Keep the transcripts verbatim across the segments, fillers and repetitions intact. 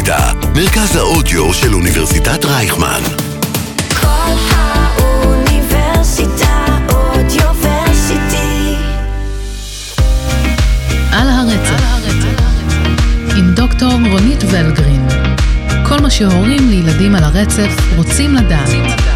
האוניברסיטה, מרכז האודיו של אוניברסיטת רייכמן. כל האוניברסיטה אודיוורסיטי. על הרצף עם דוקטור רונית ולגרין. כל מה שהורים לילדים על הרצף רוצים לדעת.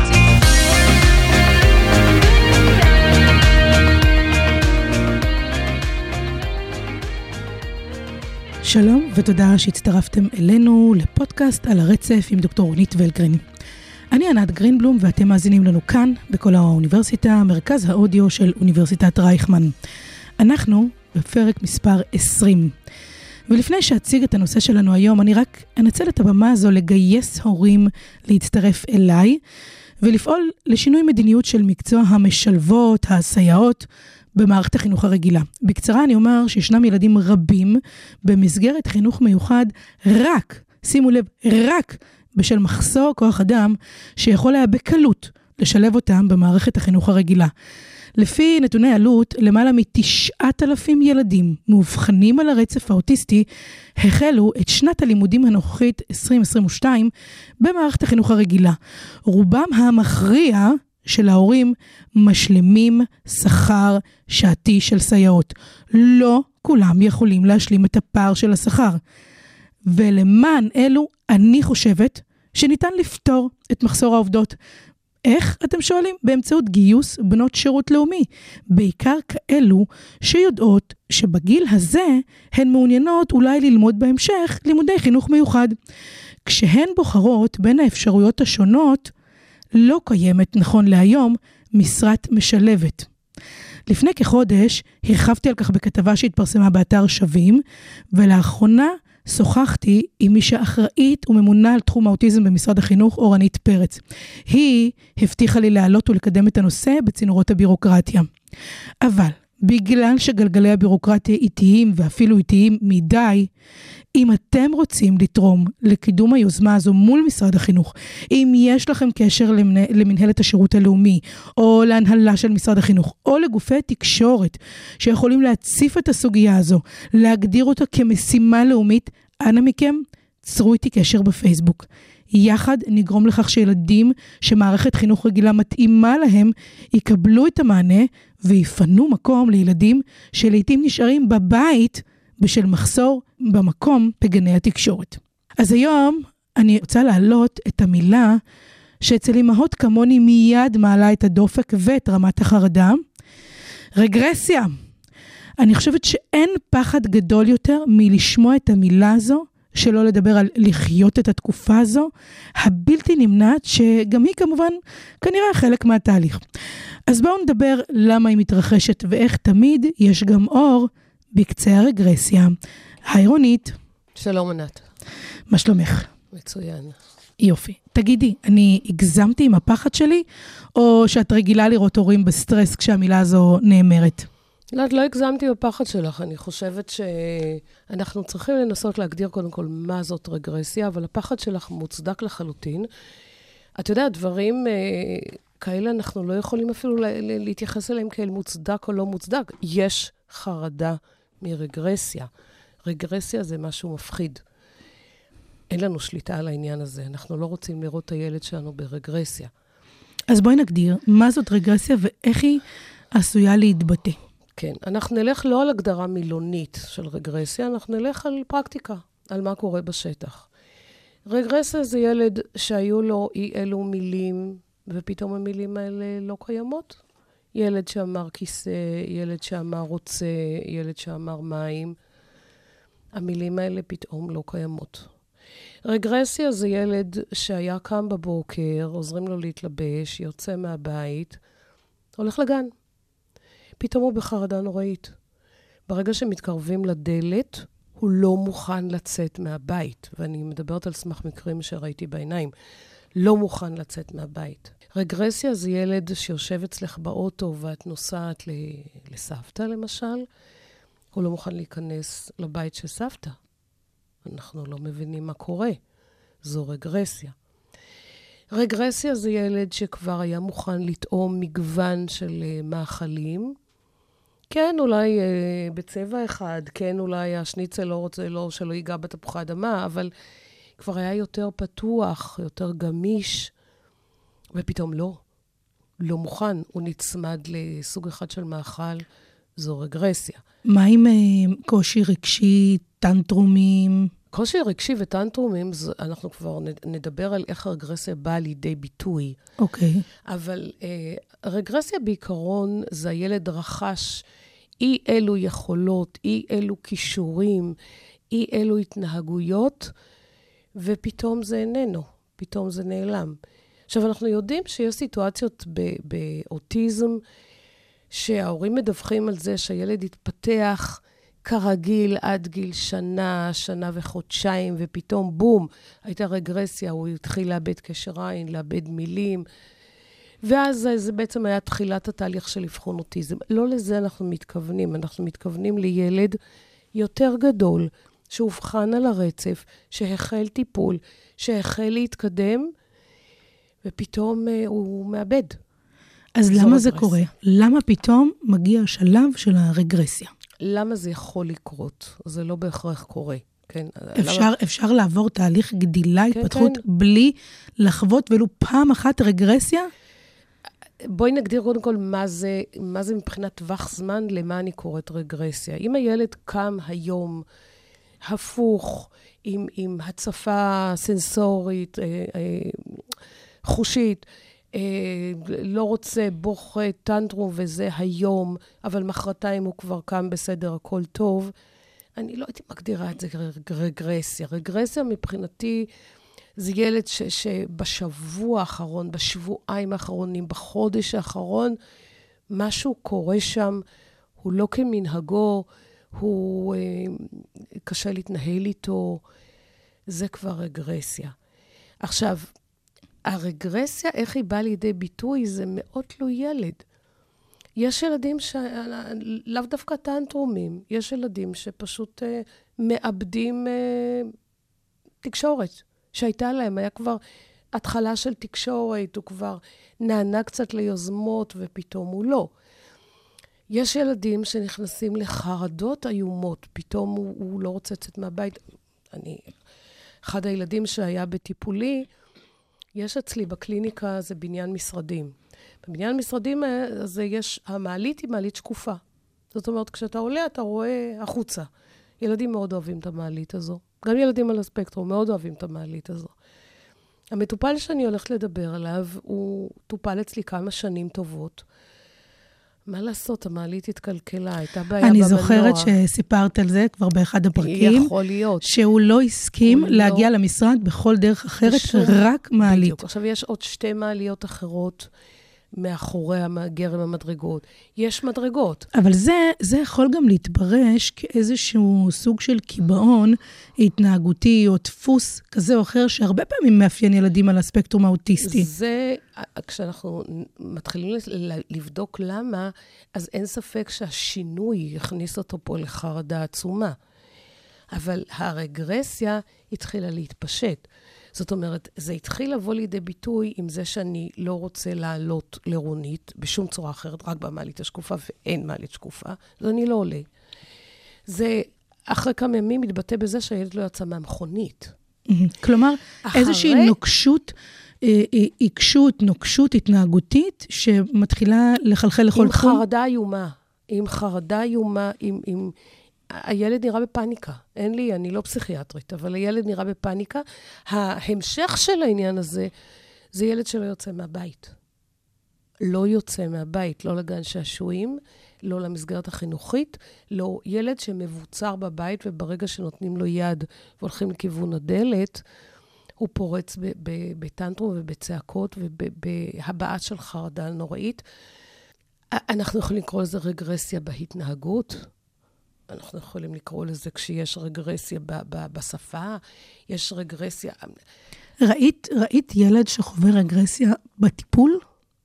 שלום ותודה שהצטרפתם אלינו לפודקאסט על הרצף עם דוקטור רונית ולגרין. אני ענת גרינבלום ואתם מאזינים לנו כאן בכל האוניברסיטה, מרכז האודיו של אוניברסיטת רייכמן. אנחנו בפרק מספר עשרים. ולפני שאציג את הנושא שלנו היום, אני רק אנצל את הבמה הזו לגייס הורים להצטרף אליי, ולפעול לשינוי מדיניות של מקצוע המשלבות, הסייעות, במערכת החינוך הרגילה. בקצרה אני אומר שישנם ילדים רבים במסגרת חינוך מיוחד רק, שימו לב, רק בשל מחסור כוח אדם שיכול היה בקלות לשלב אותם במערכת החינוך הרגילה. לפי נתוני עלות, למעלה מתשעת אלפים ילדים מאובחנים על הרצף האוטיסטי החלו את שנת הלימודים הנוכחית עשרים עשרים ושתיים במערכת החינוך הרגילה. רובם המכריע של ההורים משלמים שכר שעתי של סייעות. לא כולם יכולים להשלים את הפער של השכר. ולמען אלו אני חושבת שניתן לפתור את מחסור העובדות. איך אתם שואלים? באמצעות גיוס בנות שירות לאומי. בעיקר כאלו שיודעות שבגיל הזה הן מעוניינות אולי ללמוד בהמשך לימודי חינוך מיוחד. כשהן בוחרות בין האפשרויות השונות, לא קיימת נכון להיום משרת משלבת. לפני כחודש הרחבתי על כך בכתבה שהתפרסמה באתר שווים, ולאחרונה שוחחתי עם מי שאחראית וממונה על תחום האוטיזם במשרד החינוך, אורנית פרץ. היא הבטיחה לי להעלות ולקדם את הנושא בצינורות הבירוקרטיה. אבל בגלל שגלגלי הבירוקרטיה איטיים ואפילו איטיים מדי, אם אתם רוצים לתרום לקידום היוזמה הזו מול משרד החינוך, אם יש לכם קשר למנהלת השירות הלאומי, או להנהלה של משרד החינוך, או לגופי תקשורת שיכולים להציף את הסוגיה הזו, להגדיר אותה כמשימה לאומית, אנא מכם, צרו איתי קשר בפייסבוק. יחד נגרום לכך שילדים שמערכת חינוך רגילה מתאימה להם, יקבלו את המענה ויפנו מקום לילדים שלעיתים נשארים בבית בשל מחסור במקום בגני התקשורת. אז היום אני רוצה להעלות את המילה שאצל אמהות כמוני מיד מעלה את הדופק ואת רמת החרדה, רגרסיה. אני חושבת שאין פחד גדול יותר מלשמוע את המילה הזו, שלא לדבר על לחיות את התקופה הזו, הבלתי נמנעת, שגם היא כמובן כנראה חלק מהתהליך. אז בואו נדבר למה היא מתרחשת, ואיך תמיד יש גם אור בקצה הרגרסיה. היי רונית. שלום ענת. מה שלומך? מצוין. יופי. תגידי, אני הגזמתי עם הפחד שלי, או שאת רגילה לראות הורים בסטרס כשהמילה הזו נאמרת? לא, לא הגזמתי בפחד שלך. אני חושבת שאנחנו צריכים לנסות להגדיר קודם כל מה זאת רגרסיה, אבל הפחד שלך מוצדק לחלוטין. אתה יודע, דברים אה, כאלה אנחנו לא יכולים אפילו לה, להתייחס אליהם כאל מוצדק או לא מוצדק. יש חרדה מרגרסיה. רגרסיה זה משהו מפחיד. אין לנו שליטה על העניין הזה. אנחנו לא רוצים לראות את הילד שלנו ברגרסיה. אז בואי נגדיר מה זאת רגרסיה ואיך היא עשויה להתבטא. כן, אנחנו נלך לא על הגדרה מילונית של רגרסיה, אנחנו נלך על פרקטיקה, על מה קורה בשטח. רגרסיה זה ילד שהיו לו אי אלו מילים, ופתאום המילים האלה לא קיימות. ילד שאמר כיסא, ילד שאמר רוצה, ילד שאמר מים. המילים האלה פתאום לא קיימות. רגרסיה זה ילד שהיה קם בבוקר, עוזרים לו להתלבש, יוצא מהבית, הולך לגן. פתאום הוא בחרדה נוראית. ברגע שמתקרבים לדלת, הוא לא מוכן לצאת מהבית. ואני מדברת על סמך מקרים שראיתי בעיניים. לא מוכן לצאת מהבית. רגרסיה זה ילד שיושב אצלך באוטו ואת נוסעת לסבתא למשל. הוא לא מוכן להיכנס לבית של סבתא. אנחנו לא מבינים מה קורה. זו רגרסיה. רגרסיה זה ילד שכבר היה מוכן לטעום מגוון של מאכלים, כן, אולי אה, בצבע אחד, כן, אולי השניצל לא רוצה לא, שלא ייגע בתפוחי אדמה, אבל כבר היה יותר פתוח, יותר גמיש, ופתאום לא. לא מוכן, הוא נצמד לסוג אחד של מאכל, זו רגרסיה. מה עם קושי רגשי, טנטרומים? קושי רגשי וטנטרומים, אנחנו כבר נדבר על איך הרגרסיה באה לידי ביטוי. אוקיי. אבל אה, רגרסיה בעיקרון זה הילד רכש אי אלו יכולות, אי אלו כישורים, אי אלו התנהגויות, ופתאום זה איננו, פתאום זה נעלם. עכשיו, אנחנו יודעים שיש סיטואציות באוטיזם, שההורים מדווחים על זה שהילד התפתח כרגיל עד גיל שנה, שנה וחודשיים, ופתאום בום, הייתה רגרסיה, הוא התחיל לאבד קשר עין, לאבד מילים, ואז זה בעצם היה תחילת התהליך של אבחון אוטיזם. לא לזה אנחנו מתכוונים, אנחנו מתכוונים לילד יותר גדול, שהובחן על הרצף, שהחל טיפול, שהחל להתקדם, ופתאום uh, הוא מאבד. אז למה רגרסיה. זה קורה? למה פתאום מגיע השלב של הרגרסיה? למה זה יכול לקרות? זה לא בהכרח קורה. כן? אפשר, למה... אפשר לעבור תהליך גדילה, כן, התפתחות, כן. בלי לחוות ולו פעם אחת רגרסיה? בואי נגדיר קודם כל מה זה, מה זה מבחינת טווח זמן, למה אני קוראת רגרסיה. אם הילד קם היום הפוך, עם, עם הצפה סנסורית, אה, אה, חושית, אה, לא רוצה, בוכה, טנטרום וזה היום, אבל מחרתיים הוא כבר קם בסדר, הכל טוב, אני לא הייתי מגדירה את זה רגרסיה. רגרסיה מבחינתי זה ילד ש, שבשבוע האחרון, בשבועיים האחרונים, בחודש האחרון, משהו קורה שם, הוא לא כמנהגו, הוא אה, קשה להתנהל איתו, זה כבר רגרסיה. עכשיו, הרגרסיה, איך היא באה לידי ביטוי, זה מאוד תלוי ילד. יש ילדים שלאו דווקא טנטרומים, יש ילדים שפשוט אה, מאבדים אה, תקשורת. שהייתה להם, היה כבר התחלה של תקשורת, הוא כבר נענה קצת ליוזמות, ופתאום הוא לא. יש ילדים שנכנסים לחרדות איומות, פתאום הוא, הוא לא רוצה לצאת מהבית. אני, אחד הילדים שהיה בטיפולי, יש אצלי בקליניקה, זה בניין משרדים. בבניין משרדים הזה יש, המעלית היא מעלית שקופה. זאת אומרת, כשאתה עולה, אתה רואה החוצה. ילדים מאוד אוהבים את המעלית הזו. גם ילדים על הספקטרום מאוד אוהבים את המעלית הזו. המטופל שאני הולכת לדבר עליו, הוא טופל אצלי כמה שנים טובות. מה לעשות? המעלית התקלקלה, הייתה בעיה במנוע. אני זוכרת שסיפרת על זה כבר באחד הפרקים. יכול להיות. שהוא לא הסכים להגיע לא... למשרד בכל דרך אחרת, בשום... רק מעלית. בדיוק. עכשיו, יש עוד שתי מעליות אחרות, מאחורי גרם המדרגות. יש מדרגות. אבל זה, זה יכול גם להתברש כאיזשהו סוג של קיבעון התנהגותי או דפוס כזה או אחר, שהרבה פעמים מאפיין ילדים על הספקטרום האוטיסטי. זה, כשאנחנו מתחילים לבדוק למה, אז אין ספק שהשינוי יכניס אותו פה לחרדה עצומה. אבל הרגרסיה התחילה להתפשט. זאת אומרת, זה התחיל לבוא לידי ביטוי עם זה שאני לא רוצה לעלות לרונית בשום צורה אחרת, רק במעלית השקופה, ואין מעלית שקופה, אז אני לא עולה. זה אחרי כמה ימים מתבטא בזה שהילד לא יצא מהמכונית. כלומר, איזושהי נוקשות, עיקשות, נוקשות התנהגותית, שמתחילה לחלחל לכל תחום. עם חרדה איומה, עם חרדה איומה, עם... עם הילד נראה בפניקה. אין לי, אני לא פסיכיאטרית, אבל הילד נראה בפניקה. ההמשך של העניין הזה, זה ילד שלא יוצא מהבית. לא יוצא מהבית, לא לגן שעשועים, לא למסגרת החינוכית, לא ילד שמבוצר בבית, וברגע שנותנים לו יד והולכים לכיוון הדלת, הוא פורץ בטנטרום ובצעקות ובהבעת של חרדה נוראית. אנחנו יכולים לקרוא לזה רגרסיה בהתנהגות, אנחנו יכולים לקרוא לזה כשיש רגרסיה ב- ב- בשפה, יש רגרסיה... ראית, ראית ילד שחווה רגרסיה בטיפול?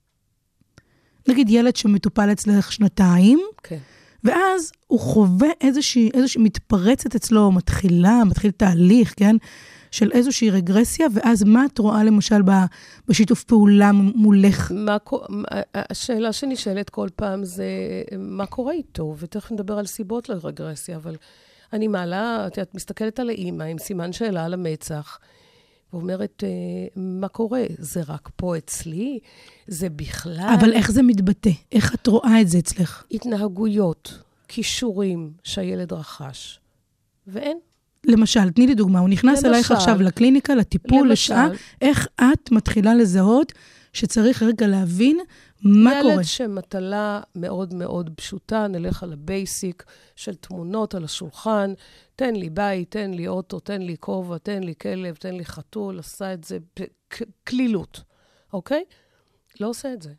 נגיד ילד שמטופל אצלך שנתיים, כן. ואז הוא חווה איזושהי, איזושהי מתפרצת אצלו, מתחילה, מתחיל תהליך, כן? של איזושהי רגרסיה, ואז מה את רואה למשל בשיתוף פעולה מולך? מה, השאלה שנשאלת כל פעם זה, מה קורה איתו? ותכף נדבר על סיבות לרגרסיה, אבל אני מעלה, את מסתכלת על האמא עם סימן שאלה על המצח, ואומרת, מה קורה? זה רק פה אצלי? זה בכלל? אבל איך זה מתבטא? איך את רואה את זה אצלך? התנהגויות, כישורים שהילד רכש, ואין. למשל, תני לי דוגמה, הוא נכנס למשל, אלייך עכשיו לקליניקה, לטיפול, למשל, לשעה, איך את מתחילה לזהות שצריך רגע להבין מה ילד קורה? ילד שמטלה מאוד מאוד פשוטה, נלך על הבייסיק של תמונות על השולחן, תן לי בית, תן לי אוטו, תן לי כובע, תן לי כלב, תן לי חתול, עשה את זה בכלילות, אוקיי? לא עושה את זה.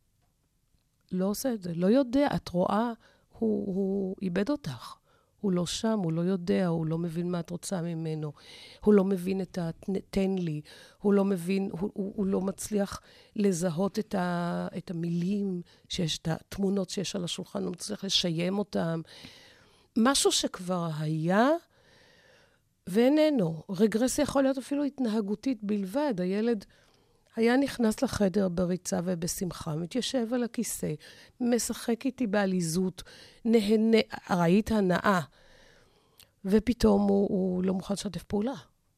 לא עושה את זה. לא יודע, את רואה, הוא, הוא איבד אותך. הוא לא שם, הוא לא יודע, הוא לא מבין מה את רוצה ממנו. הוא לא מבין את התן לי, הוא לא מבין, הוא, הוא, הוא לא מצליח לזהות את, ה, את המילים שיש, את התמונות שיש על השולחן, הוא מצליח לשיים אותם. משהו שכבר היה ואיננו. רגרסיה יכול להיות אפילו התנהגותית בלבד. הילד היה נכנס לחדר בריצה ובשמחה, מתיישב על הכיסא, משחק איתי בעליזות, נהנה, ראית הנאה, ופתאום הוא, הוא לא מוכן לשתף פעולה.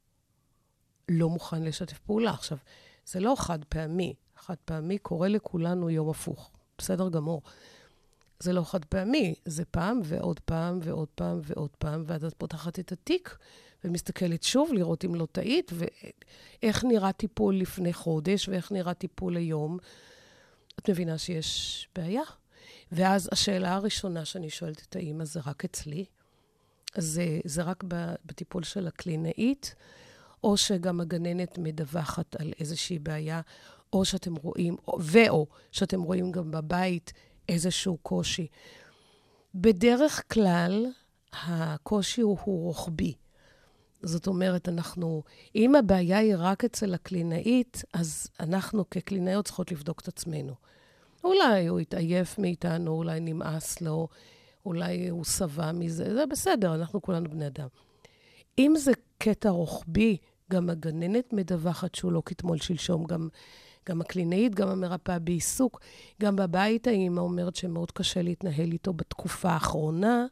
לא מוכן לשתף פעולה. עכשיו, זה לא חד פעמי. חד פעמי קורה לכולנו יום הפוך. בסדר גמור. זה לא חד פעמי, זה פעם ועוד פעם ועוד פעם ועוד פעם, ואז את פותחת את התיק, ומסתכלת שוב לראות אם לא טעית, ואיך נראה טיפול לפני חודש, ואיך נראה טיפול היום. את מבינה שיש בעיה. ואז השאלה הראשונה שאני שואלת את האמא, זה רק אצלי? זה, זה רק בטיפול של הקלינאית, או שגם הגננת מדווחת על איזושהי בעיה, או שאתם רואים, ואו שאתם רואים גם בבית איזשהו קושי. בדרך כלל, הקושי הוא, הוא רוחבי. זאת אומרת, אנחנו, אם הבעיה היא רק אצל הקלינאית, אז אנחנו כקלינאיות צריכות לבדוק את עצמנו. אולי הוא התעייף מאיתנו, אולי נמאס לו, אולי הוא שבע מזה, זה בסדר, אנחנו כולנו בני אדם. אם זה קטע רוחבי, גם הגננת מדווחת שהוא לא כתמול שלשום, גם, גם הקלינאית, גם המרפאה בעיסוק, גם בבית האמא אומרת שמאוד קשה להתנהל איתו בתקופה האחרונה,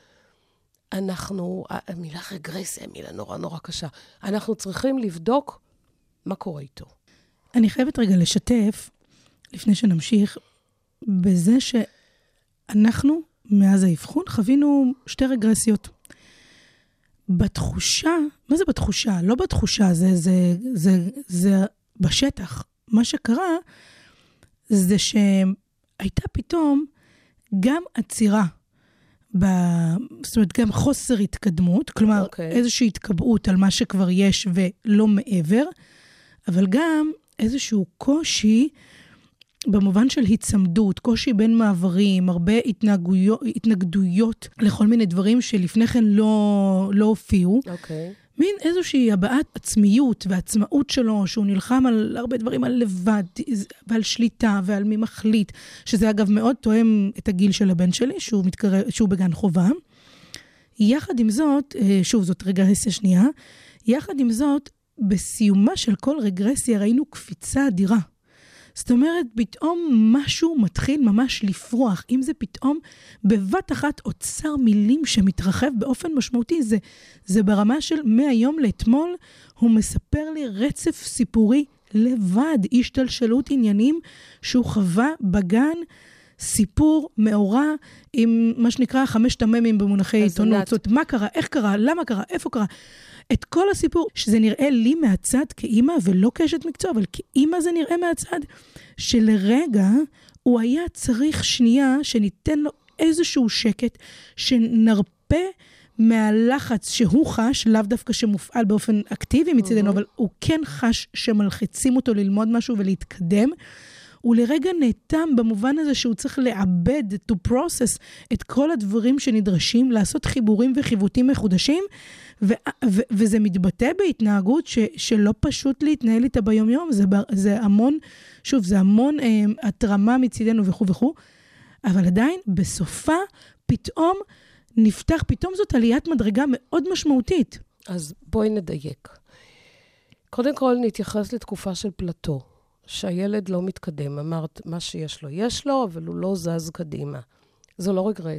אנחנו, המילה רגרסיה, מילה נורא נורא קשה, אנחנו צריכים לבדוק מה קורה איתו. אני חייבת רגע לשתף, לפני שנמשיך, בזה שאנחנו, מאז האבחון, חווינו שתי רגרסיות. בתחושה, מה זה בתחושה? לא בתחושה, זה, זה, זה, זה בשטח. מה שקרה, זה שהייתה פתאום גם עצירה, ב... זאת אומרת, גם חוסר התקדמות, כלומר, okay. איזושהי התקבעות על מה שכבר יש ולא מעבר, אבל גם איזשהו קושי במובן של הצמדות, קושי בין מעברים, הרבה התנהגויות, התנגדויות לכל מיני דברים שלפני כן לא, לא הופיעו. אוקיי. Okay. מין איזושהי הבעת עצמיות והעצמאות שלו, שהוא נלחם על הרבה דברים, על לבד, ועל שליטה ועל מי מחליט, שזה אגב מאוד תואם את הגיל של הבן שלי, שהוא, מתקרב, שהוא בגן חובה. יחד עם זאת, שוב, זאת רגרסיה שנייה, יחד עם זאת, בסיומה של כל רגרסיה ראינו קפיצה אדירה. זאת אומרת, פתאום משהו מתחיל ממש לפרוח. אם זה פתאום בבת אחת אוצר מילים שמתרחב באופן משמעותי, זה, זה ברמה של מהיום לאתמול, הוא מספר לי רצף סיפורי לבד, השתלשלות עניינים שהוא חווה בגן, סיפור מאורע עם מה שנקרא חמשת הממים במונחי עיתונות. זאת מה קרה, איך קרה, למה קרה, איפה קרה. את כל הסיפור, שזה נראה לי מהצד כאימא, ולא כאשת מקצוע, אבל כאימא זה נראה מהצד, שלרגע הוא היה צריך שנייה, שניתן לו איזשהו שקט, שנרפה מהלחץ שהוא חש, לאו דווקא שמופעל באופן אקטיבי מצדנו, אבל הוא כן חש שמלחיצים אותו ללמוד משהו ולהתקדם, הוא לרגע נאטם במובן הזה שהוא צריך לעבד, to process את כל הדברים שנדרשים, לעשות חיבורים וחיוותים מחודשים, ו- ו- וזה מתבטא בהתנהגות ש- שלא פשוט להתנהל איתה ביום יום, זה, זה המון, שוב, זה המון אה, התרמה מצדנו וכו' וכו', אבל עדיין בסופה פתאום נפתח, פתאום זאת עליית מדרגה מאוד משמעותית. אז בואי נדייק. קודם כל נתייחס לתקופה של פלטו. שהילד לא מתקדם, אמרת, מה שיש לו, יש לו, אבל הוא לא זז קדימה. זו לא רגרסיה,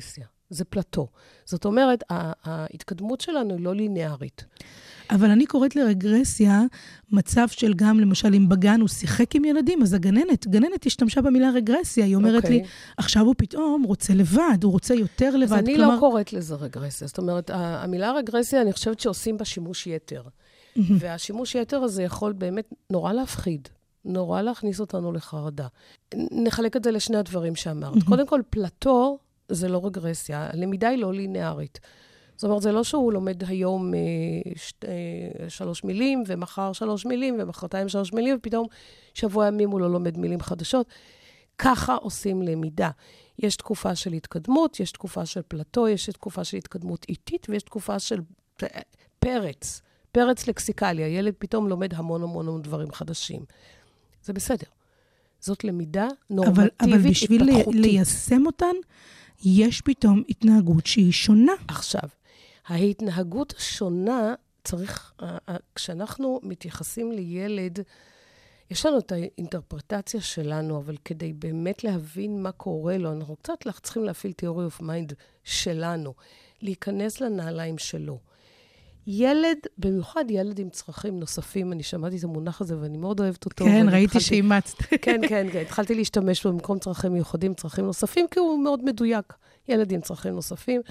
זה פלטו. זאת אומרת, ההתקדמות שלנו היא לא ליניארית. אבל אני קוראת לרגרסיה מצב של גם, למשל, אם בגן הוא שיחק עם ילדים, אז הגננת, גננת השתמשה במילה רגרסיה, היא אומרת okay. לי, עכשיו הוא פתאום רוצה לבד, הוא רוצה יותר לבד. אז אני כלומר... לא קוראת לזה רגרסיה. זאת אומרת, המילה רגרסיה, אני חושבת שעושים בה שימוש יתר. והשימוש יתר הזה יכול באמת נורא להפחיד, נורא להכניס אותנו לחרדה. נחלק את זה לשני הדברים שאמרת. קודם כל, פלטו זה לא רגרסיה, הלמידה היא לא ליניארית. זאת אומרת, זה לא שהוא לומד היום ש... שלוש מילים, ומחר שלוש מילים, ומחרתיים שלוש מילים, ופתאום שבוע ימים הוא לא לומד מילים חדשות. ככה עושים למידה. יש תקופה של התקדמות, יש תקופה של פלטו, יש תקופה של התקדמות איטית, ויש תקופה של פרץ, פרץ לקסיקלי. הילד פתאום לומד המון המון המון דברים חדשים. זה בסדר. זאת למידה נורמטיבית, אבל, אבל בשביל התפתחותית. ליישם אותן, יש פתאום התנהגות שהיא שונה. עכשיו, ההתנהגות השונה צריך, כשאנחנו מתייחסים לילד, יש לנו את האינטרפרטציה שלנו, אבל כדי באמת להבין מה קורה לו, אנחנו קצת צריכים להפעיל theory of mind שלנו, להיכנס לנעליים שלו. ילד, במיוחד ילד עם צרכים נוספים, אני שמעתי את המונח הזה ואני מאוד אוהבת אותו. כן, ראיתי שאימצת. כן, כן, כן. התחלתי להשתמש במקום צרכים מיוחדים, צרכים נוספים, כי הוא מאוד מדויק. ילד עם צרכים נוספים.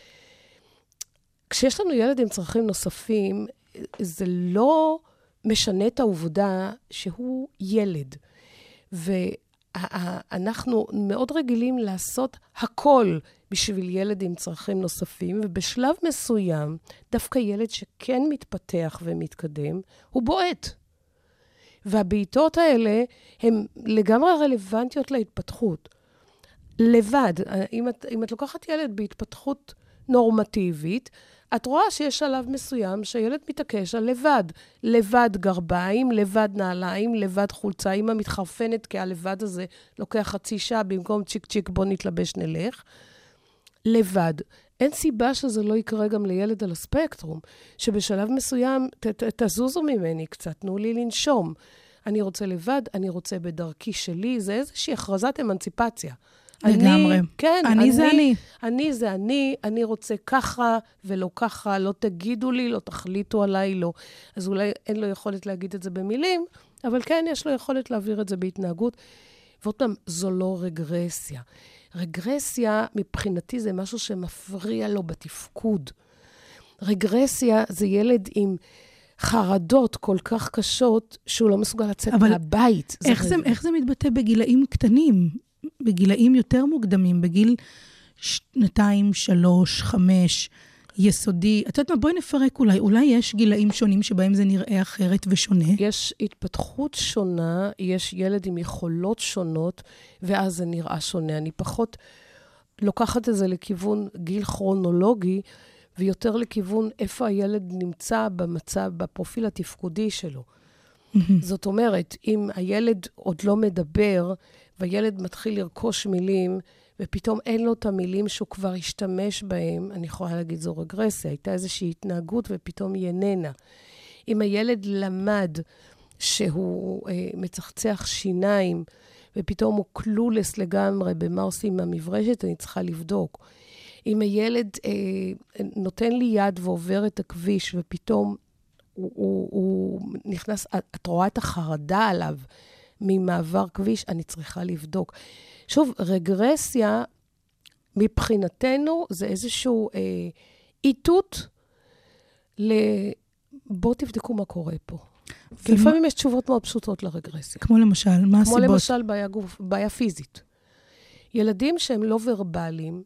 כשיש לנו ילד עם צרכים נוספים, זה לא משנה את העובדה שהוא ילד. ואנחנו מאוד רגילים לעשות הכל בשביל ילד עם צרכים נוספים, ובשלב מסוים, דווקא ילד שכן מתפתח ומתקדם, הוא בועט. והבעיטות האלה הן לגמרי רלוונטיות להתפתחות. לבד, אם את, אם את לוקחת ילד בהתפתחות נורמטיבית, את רואה שיש שלב מסוים שהילד מתעקש על לבד. לבד גרביים, לבד נעליים, לבד חולצה. אמא מתחרפנת, כי הלבד הזה לוקח חצי שעה, במקום צ'יק צ'יק בוא נתלבש נלך. לבד. אין סיבה שזה לא יקרה גם לילד על הספקטרום, שבשלב מסוים ת, ת, תזוזו ממני קצת, תנו לי לנשום. אני רוצה לבד, אני רוצה בדרכי שלי, זה איזושהי הכרזת אמנציפציה. לגמרי. אני, כן, אני, אני זה אני. אני זה אני, אני רוצה ככה ולא ככה, לא תגידו לי, לא תחליטו עליי, לא. אז אולי אין לו יכולת להגיד את זה במילים, אבל כן, יש לו יכולת להעביר את זה בהתנהגות. ועוד פעם, זו לא רגרסיה. רגרסיה, מבחינתי, זה משהו שמפריע לו בתפקוד. רגרסיה זה ילד עם חרדות כל כך קשות, שהוא לא מסוגל לצאת מהבית. איך זה, איך זה מתבטא בגילאים קטנים? בגילאים יותר מוקדמים, בגיל שנתיים, שלוש, חמש, יסודי. את יודעת מה, בואי נפרק אולי. אולי יש גילאים שונים שבהם זה נראה אחרת ושונה? יש התפתחות שונה, יש ילד עם יכולות שונות, ואז זה נראה שונה. אני פחות לוקחת את זה לכיוון גיל כרונולוגי, ויותר לכיוון איפה הילד נמצא במצב, בפרופיל התפקודי שלו. זאת אומרת, אם הילד עוד לא מדבר, והילד מתחיל לרכוש מילים, ופתאום אין לו את המילים שהוא כבר השתמש בהם, אני יכולה להגיד זו רגרסיה, הייתה איזושהי התנהגות ופתאום היא איננה. אם הילד למד שהוא אה, מצחצח שיניים, ופתאום הוא קלולס לגמרי במה עושים מהמברשת, אני צריכה לבדוק. אם הילד אה, נותן לי יד ועובר את הכביש, ופתאום הוא, הוא, הוא נכנס, את רואה את החרדה עליו, ממעבר כביש, אני צריכה לבדוק. שוב, רגרסיה, מבחינתנו, זה איזשהו אה, איתות ל... בואו תבדקו מה קורה פה. כי לפעמים יש תשובות מאוד פשוטות לרגרסיה. כמו למשל, מה הסיבות? כמו למשל בעיה, גוף, בעיה פיזית. ילדים שהם לא ורבליים,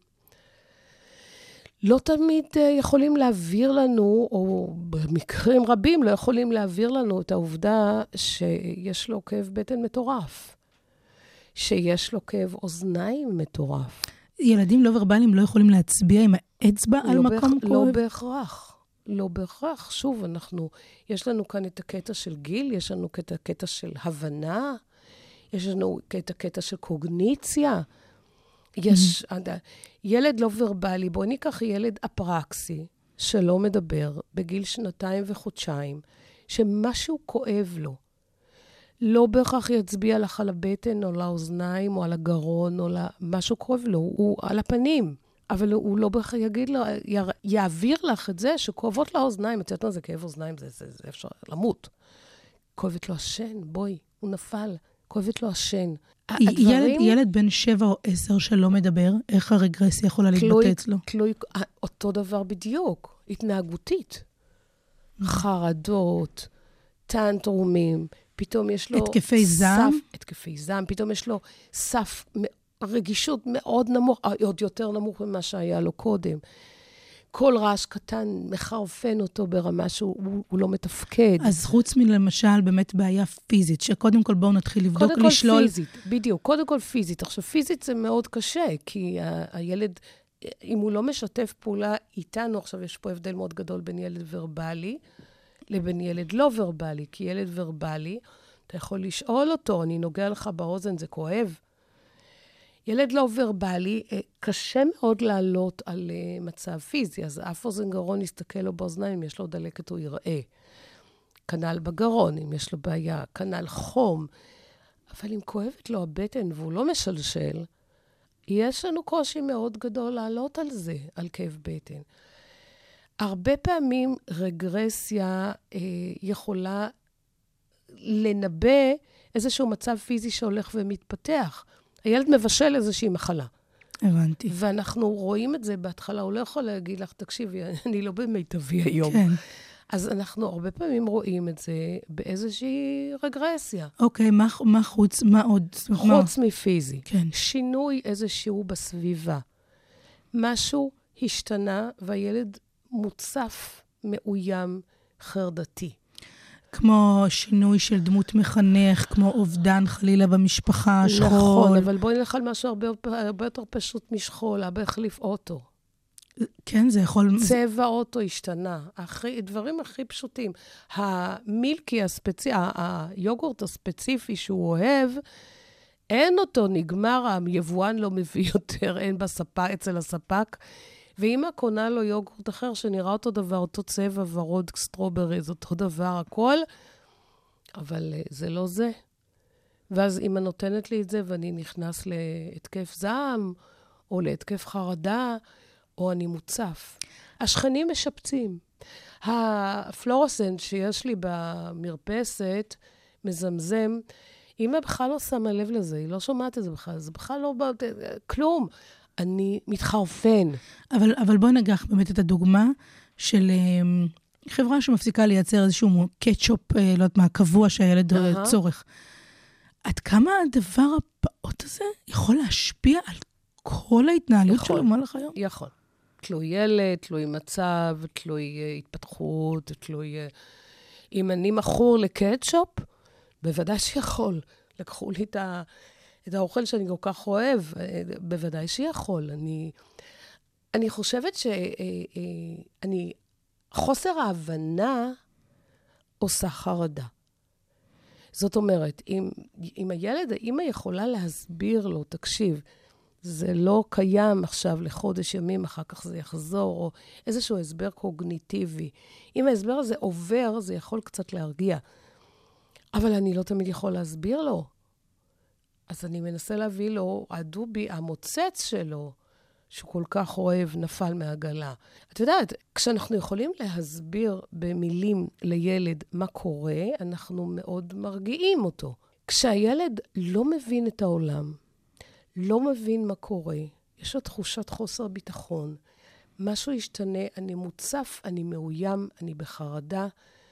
לא תמיד uh, יכולים להעביר לנו, או במקרים רבים לא יכולים להעביר לנו את העובדה שיש לו כאב בטן מטורף, שיש לו כאב אוזניים מטורף. ילדים לא ורבליים לא יכולים להצביע עם האצבע לא על מקום בהכ... כואב? לא בהכרח. לא בהכרח. שוב, אנחנו, יש לנו כאן את הקטע של גיל, יש לנו את הקטע של הבנה, יש לנו את הקטע של קוגניציה, יש, ילד לא ורבלי, בואי ניקח ילד אפרקסי, שלא מדבר, בגיל שנתיים וחודשיים, שמשהו כואב לו. לא בהכרח יצביע לך על הבטן, או לאוזניים, או על הגרון, או משהו כואב לו, הוא על הפנים. אבל הוא לא בכך יגיד לו, יעביר לך את זה שכואבות לו האוזניים, את יודעת מה זה כאב אוזניים, זה, זה, זה אפשר למות. כואבת לו השן, בואי, הוא נפל, כואבת לו השן. ילד, ילד בן שבע או עשר שלא מדבר, איך הרגרסיה יכולה להתבטא אצלו? תלוי, אותו דבר בדיוק, התנהגותית. חרדות, טנטרומים, פתאום יש לו... התקפי זעם? התקפי זעם, פתאום יש לו סף רגישות מאוד נמוך, עוד יותר נמוך ממה שהיה לו קודם. כל רעש קטן מחרפן אותו ברמה שהוא הוא, הוא לא מתפקד. אז חוץ מלמשל באמת בעיה פיזית, שקודם כל בואו נתחיל לבדוק, קודם כל לשלול... פיזית, בדיוק, קודם כל פיזית. עכשיו, פיזית זה מאוד קשה, כי ה- הילד, אם הוא לא משתף פעולה איתנו, עכשיו יש פה הבדל מאוד גדול בין ילד ורבלי, לבין ילד לא ורבלי, כי ילד ורבלי, אתה יכול לשאול אותו, אני נוגע לך באוזן, זה כואב. ילד לא ורבלי, קשה מאוד לעלות על מצב פיזי, אז אף אוזן גרון יסתכל לו באוזניים, אם יש לו דלקת הוא יראה. כנ"ל בגרון, אם יש לו בעיה, כנ"ל חום. אבל אם כואבת לו הבטן והוא לא משלשל, יש לנו קושי מאוד גדול לעלות על זה, על כאב בטן. הרבה פעמים רגרסיה אה, יכולה לנבא איזשהו מצב פיזי שהולך ומתפתח. הילד מבשל איזושהי מחלה. הבנתי. ואנחנו רואים את זה בהתחלה, הוא לא יכול להגיד לך, תקשיבי, אני לא במיטבי היום. כן. אז אנחנו הרבה פעמים רואים את זה באיזושהי רגרסיה. אוקיי, מה, מה חוץ, מה עוד? חוץ מה? מפיזי. כן. שינוי איזשהו בסביבה. משהו השתנה והילד מוצף, מאוים, חרדתי. כמו שינוי של דמות מחנך, כמו אובדן חלילה במשפחה, שכול. נכון, אבל בואי נלך על משהו הרבה, הרבה יותר פשוט משכול, אבא החליף אוטו. כן, זה יכול... צבע אוטו השתנה, הכי, דברים הכי פשוטים. המילקי הספציפי, היוגורט הספציפי שהוא אוהב, אין אותו, נגמר, היבואן לא מביא יותר, אין בספק, אצל הספק, ואמא קונה לו יוגורט אחר שנראה אותו דבר, אותו צבע, ורוד, סטרוברי, זה אותו דבר, הכל, אבל זה לא זה. ואז אמא נותנת לי את זה, ואני נכנס להתקף זעם, או להתקף חרדה, או אני מוצף. השכנים משפצים. הפלורסנט שיש לי במרפסת, מזמזם, אמא בכלל לא שמה לב לזה, היא לא שומעת את זה בכלל, זה בכלל לא... כלום. אני מתחרפן. אבל, אבל בואי נגח באמת את הדוגמה של um, חברה שמפסיקה לייצר איזשהו קטשופ, uh, לא יודעת מה, קבוע שהילד uh-huh. צורך. עד כמה הדבר הפעוט הזה יכול להשפיע על כל ההתנהלות יכול, שלו במהלך היום? יכול. תלוי ילד, תלוי מצב, תלוי uh, התפתחות, תלוי... Uh, אם אני מכור לקטשופ, בוודאי שיכול. לקחו לי את ה... את האוכל שאני כל כך אוהב, בוודאי שיכול. אני, אני חושבת שאני, חוסר ההבנה עושה חרדה. זאת אומרת, אם, אם הילד, האמא יכולה להסביר לו, תקשיב, זה לא קיים עכשיו לחודש ימים, אחר כך זה יחזור, או איזשהו הסבר קוגניטיבי. אם ההסבר הזה עובר, זה יכול קצת להרגיע. אבל אני לא תמיד יכול להסביר לו. אז אני מנסה להביא לו, הדובי, המוצץ שלו, שהוא כל כך אוהב, נפל מהגלה. את יודעת, כשאנחנו יכולים להסביר במילים לילד מה קורה, אנחנו מאוד מרגיעים אותו. כשהילד לא מבין את העולם, לא מבין מה קורה, יש לו תחושת חוסר ביטחון, משהו ישתנה, אני מוצף, אני מאוים, אני בחרדה.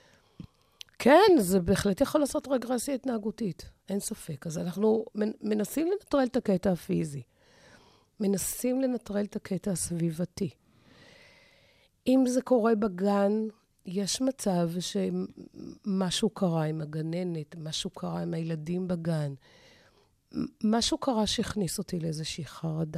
כן, זה בהחלט יכול לעשות רגרסיה התנהגותית, אין ספק. אז אנחנו מנסים לנטרל את הקטע הפיזי, מנסים לנטרל את הקטע הסביבתי. אם זה קורה בגן, יש מצב שמשהו קרה עם הגננת, משהו קרה עם הילדים בגן, משהו קרה שהכניס אותי לאיזושהי חרדה.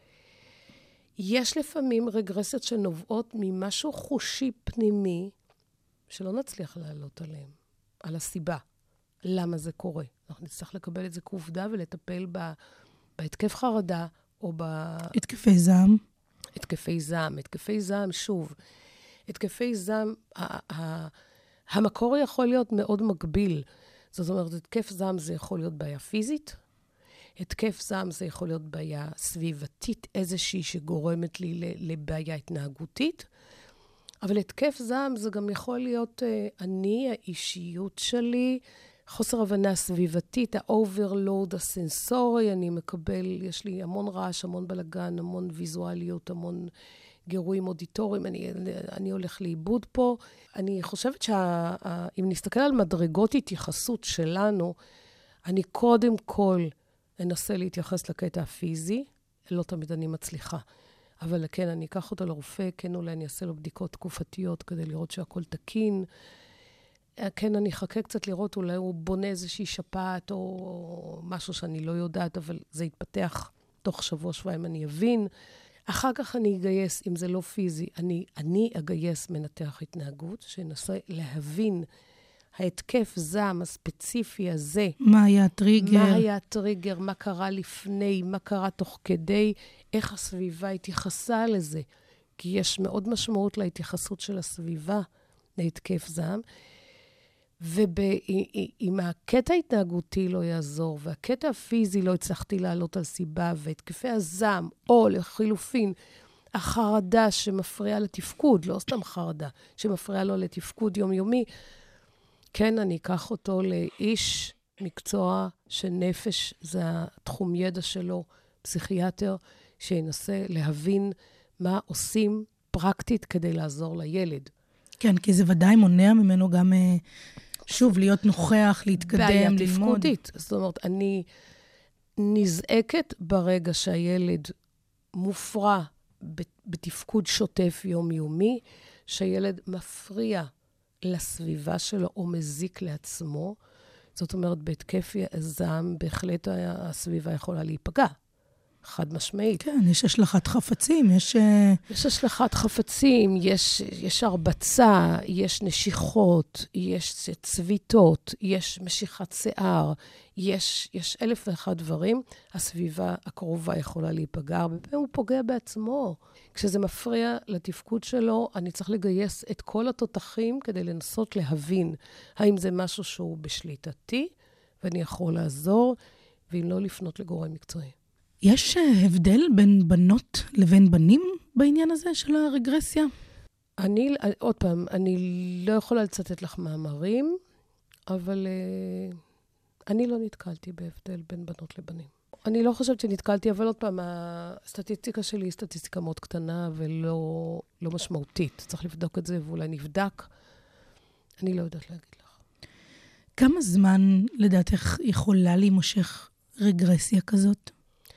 יש לפעמים רגרסיות שנובעות ממשהו חושי פנימי, שלא נצליח לעלות עליהם, על הסיבה, למה זה קורה. אנחנו נצטרך לקבל את זה כעובדה ולטפל בה, בהתקף חרדה או ב... התקפי זעם. התקפי זעם, התקפי זעם, שוב. התקפי זעם, ה- ה- המקור יכול להיות מאוד מגביל. זאת אומרת, התקף זעם זה יכול להיות בעיה פיזית, התקף זעם זה יכול להיות בעיה סביבתית איזושהי שגורמת לי לבעיה התנהגותית, אבל התקף זעם זה גם יכול להיות uh, אני, האישיות שלי, חוסר הבנה סביבתית, האוברלוד הסנסורי, אני מקבל, יש לי המון רעש, המון בלגן, המון ויזואליות, המון גירויים אודיטוריים, אני, אני הולך לאיבוד פה. אני חושבת שאם נסתכל על מדרגות התייחסות שלנו, אני קודם כל אנסה להתייחס לקטע הפיזי, לא תמיד אני מצליחה. אבל כן, אני אקח אותו לרופא, כן אולי אני אעשה לו בדיקות תקופתיות כדי לראות שהכל תקין. כן, אני אחכה קצת לראות, אולי הוא בונה איזושהי שפעת או משהו שאני לא יודעת, אבל זה יתפתח תוך שבוע, שבועיים, אני אבין. אחר כך אני אגייס, אם זה לא פיזי, אני, אני אגייס מנתח התנהגות, שינסה להבין ההתקף זעם הספציפי הזה. מה היה הטריגר? מה היה הטריגר, מה קרה לפני, מה קרה תוך כדי, איך הסביבה התייחסה לזה. כי יש מאוד משמעות להתייחסות של הסביבה להתקף זעם. ואם הקטע ההתנהגותי לא יעזור, והקטע הפיזי לא הצלחתי לעלות על סיבה, והתקפי הזעם, או לחילופין, החרדה שמפריעה לתפקוד, לא סתם חרדה, שמפריעה לו לתפקוד יומיומי, כן, אני אקח אותו לאיש מקצוע שנפש, זה התחום ידע שלו, פסיכיאטר, שינסה להבין מה עושים פרקטית כדי לעזור לילד. כן, כי זה ודאי מונע ממנו גם, שוב, להיות נוכח, להתקדם, בעיה ללמוד. תפקודית. זאת אומרת, אני נזעקת ברגע שהילד מופרע בתפקוד שוטף יומיומי, שהילד מפריע לסביבה שלו או מזיק לעצמו. זאת אומרת, בהתקף זעם, בהחלט הסביבה יכולה להיפגע. חד משמעית. כן, יש השלכת חפצים, יש... יש השלכת חפצים, יש, יש הרבצה, יש נשיכות, יש צביטות, יש משיכת שיער, יש, יש אלף ואחד דברים. הסביבה הקרובה יכולה להיפגע, הרבה פעמים הוא פוגע בעצמו. כשזה מפריע לתפקוד שלו, אני צריך לגייס את כל התותחים כדי לנסות להבין האם זה משהו שהוא בשליטתי, ואני יכול לעזור, ואם לא לפנות לגורם מקצועי. יש הבדל בין בנות לבין בנים בעניין הזה של הרגרסיה? אני, עוד פעם, אני לא יכולה לצטט לך מאמרים, אבל uh, אני לא נתקלתי בהבדל בין בנות לבנים. אני לא חושבת שנתקלתי, אבל עוד פעם, הסטטיסטיקה שלי היא סטטיסטיקה מאוד קטנה ולא לא משמעותית. צריך לבדוק את זה ואולי נבדק. אני לא יודעת להגיד לך. כמה זמן לדעתך יכולה להימשך רגרסיה כזאת?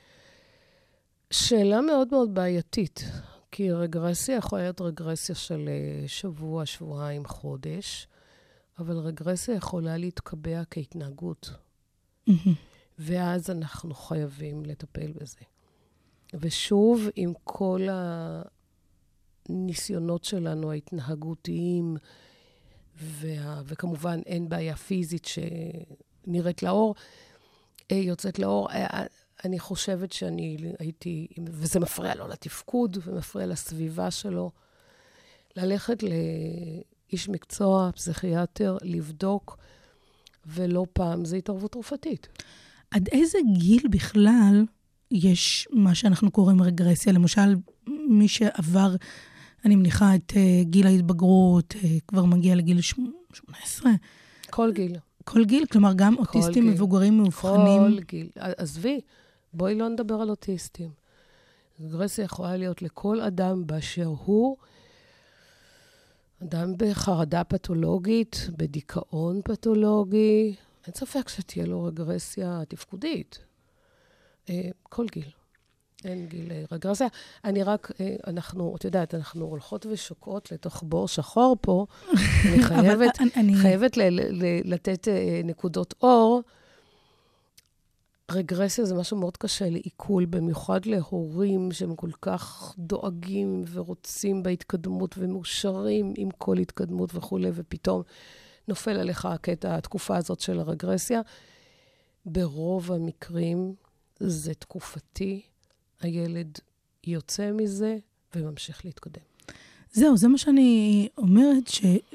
שאלה מאוד מאוד בעייתית, כי רגרסיה יכולה להיות רגרסיה של שבוע, שבועיים, חודש, אבל רגרסיה יכולה להתקבע כהתנהגות. ואז אנחנו חייבים לטפל בזה. ושוב, עם כל הניסיונות שלנו, ההתנהגותיים, וה... וכמובן אין בעיה פיזית שנראית לאור, יוצאת לאור, אני חושבת שאני הייתי, וזה מפריע לו לתפקוד, ומפריע לסביבה שלו, ללכת לאיש מקצוע, פסיכיאטר, לבדוק, ולא פעם זה התערבות תרופתית. עד איזה גיל בכלל יש מה שאנחנו קוראים רגרסיה? למשל, מי שעבר, אני מניחה, את גיל ההתבגרות, כבר מגיע לגיל שמונה עשרה. כל גיל. כל גיל? כלומר, גם אוטיסטים גיל. מבוגרים מאובחנים? כל גיל. עזבי, בואי לא נדבר על אוטיסטים. רגרסיה יכולה להיות לכל אדם באשר הוא, אדם בחרדה פתולוגית, בדיכאון פתולוגי, אין ספק שתהיה לו רגרסיה תפקודית. כל גיל. אין גיל רגרסיה. אני רק, אנחנו, את יודעת, אנחנו הולכות ושוקעות לתוך בור שחור פה. אני חייבת, אני... חייבת ל, ל, לתת נקודות אור. רגרסיה זה משהו מאוד קשה לעיכול, במיוחד להורים שהם כל כך דואגים ורוצים בהתקדמות ומאושרים עם כל התקדמות וכו', ופתאום נופל עליך הקטע, התקופה הזאת של הרגרסיה. ברוב המקרים זה תקופתי, הילד יוצא מזה וממשיך להתקדם. זהו, זה מה שאני אומרת,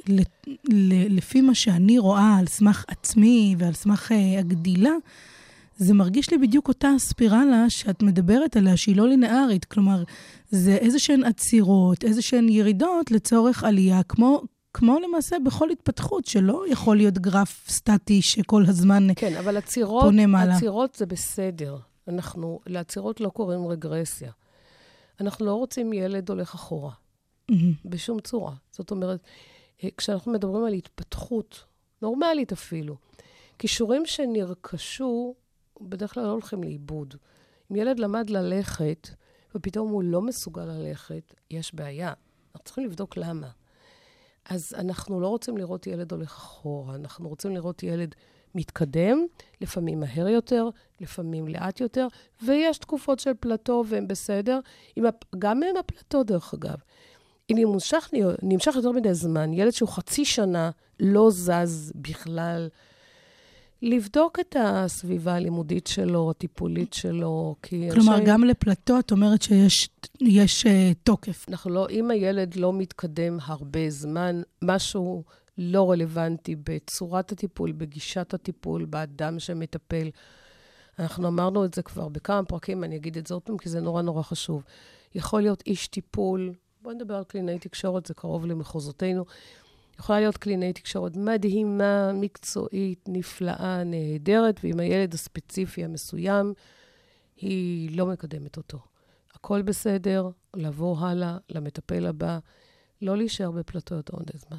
שלפי מה שאני רואה על סמך עצמי ועל סמך הגדילה, זה מרגיש לי בדיוק אותה ספירלה שאת מדברת עליה, שהיא לא לינארית, כלומר, זה איזשהן עצירות, איזשהן ירידות לצורך עלייה, כמו, כמו למעשה בכל התפתחות, שלא יכול להיות גרף סטטי שכל הזמן כן, אבל עצירות, פונה מעלה. עצירות זה בסדר. אנחנו, לעצירות לא קוראים רגרסיה. אנחנו לא רוצים ילד הולך אחורה, mm-hmm. בשום צורה. זאת אומרת, כשאנחנו מדברים על התפתחות, נורמלית אפילו, כישורים שנרכשו, בדרך כלל לא הולכים לאיבוד. אם ילד למד ללכת, ופתאום הוא לא מסוגל ללכת, יש בעיה. אנחנו צריכים לבדוק למה. אז אנחנו לא רוצים לראות ילד הולך אחורה, אנחנו רוצים לראות ילד מתקדם, לפעמים מהר יותר, לפעמים לאט יותר, ויש תקופות של פלטו והם בסדר, גם עם הפלטו דרך אגב. אם נמשך, נמשך יותר מדי זמן, ילד שהוא חצי שנה לא זז בכלל, לבדוק את הסביבה הלימודית שלו, הטיפולית שלו. כלומר, אנשי... גם לפלטו, את אומרת שיש יש, uh, תוקף. אנחנו לא, אם הילד לא מתקדם הרבה זמן, משהו לא רלוונטי בצורת הטיפול, בגישת הטיפול, באדם שמטפל. אנחנו אמרנו את זה כבר בכמה פרקים, אני אגיד את זה עוד פעם, כי זה נורא נורא חשוב. יכול להיות איש טיפול, בואו נדבר על קלינאי תקשורת, זה קרוב למחוזותינו, יכולה להיות קלינאי תקשורת מדהימה, מקצועית, נפלאה, נהדרת, ועם הילד הספציפי המסוים, היא לא מקדמת אותו. הכל בסדר, לבוא הלאה, למטפל הבא, לא להישאר בפלטו יותר מדי זמן.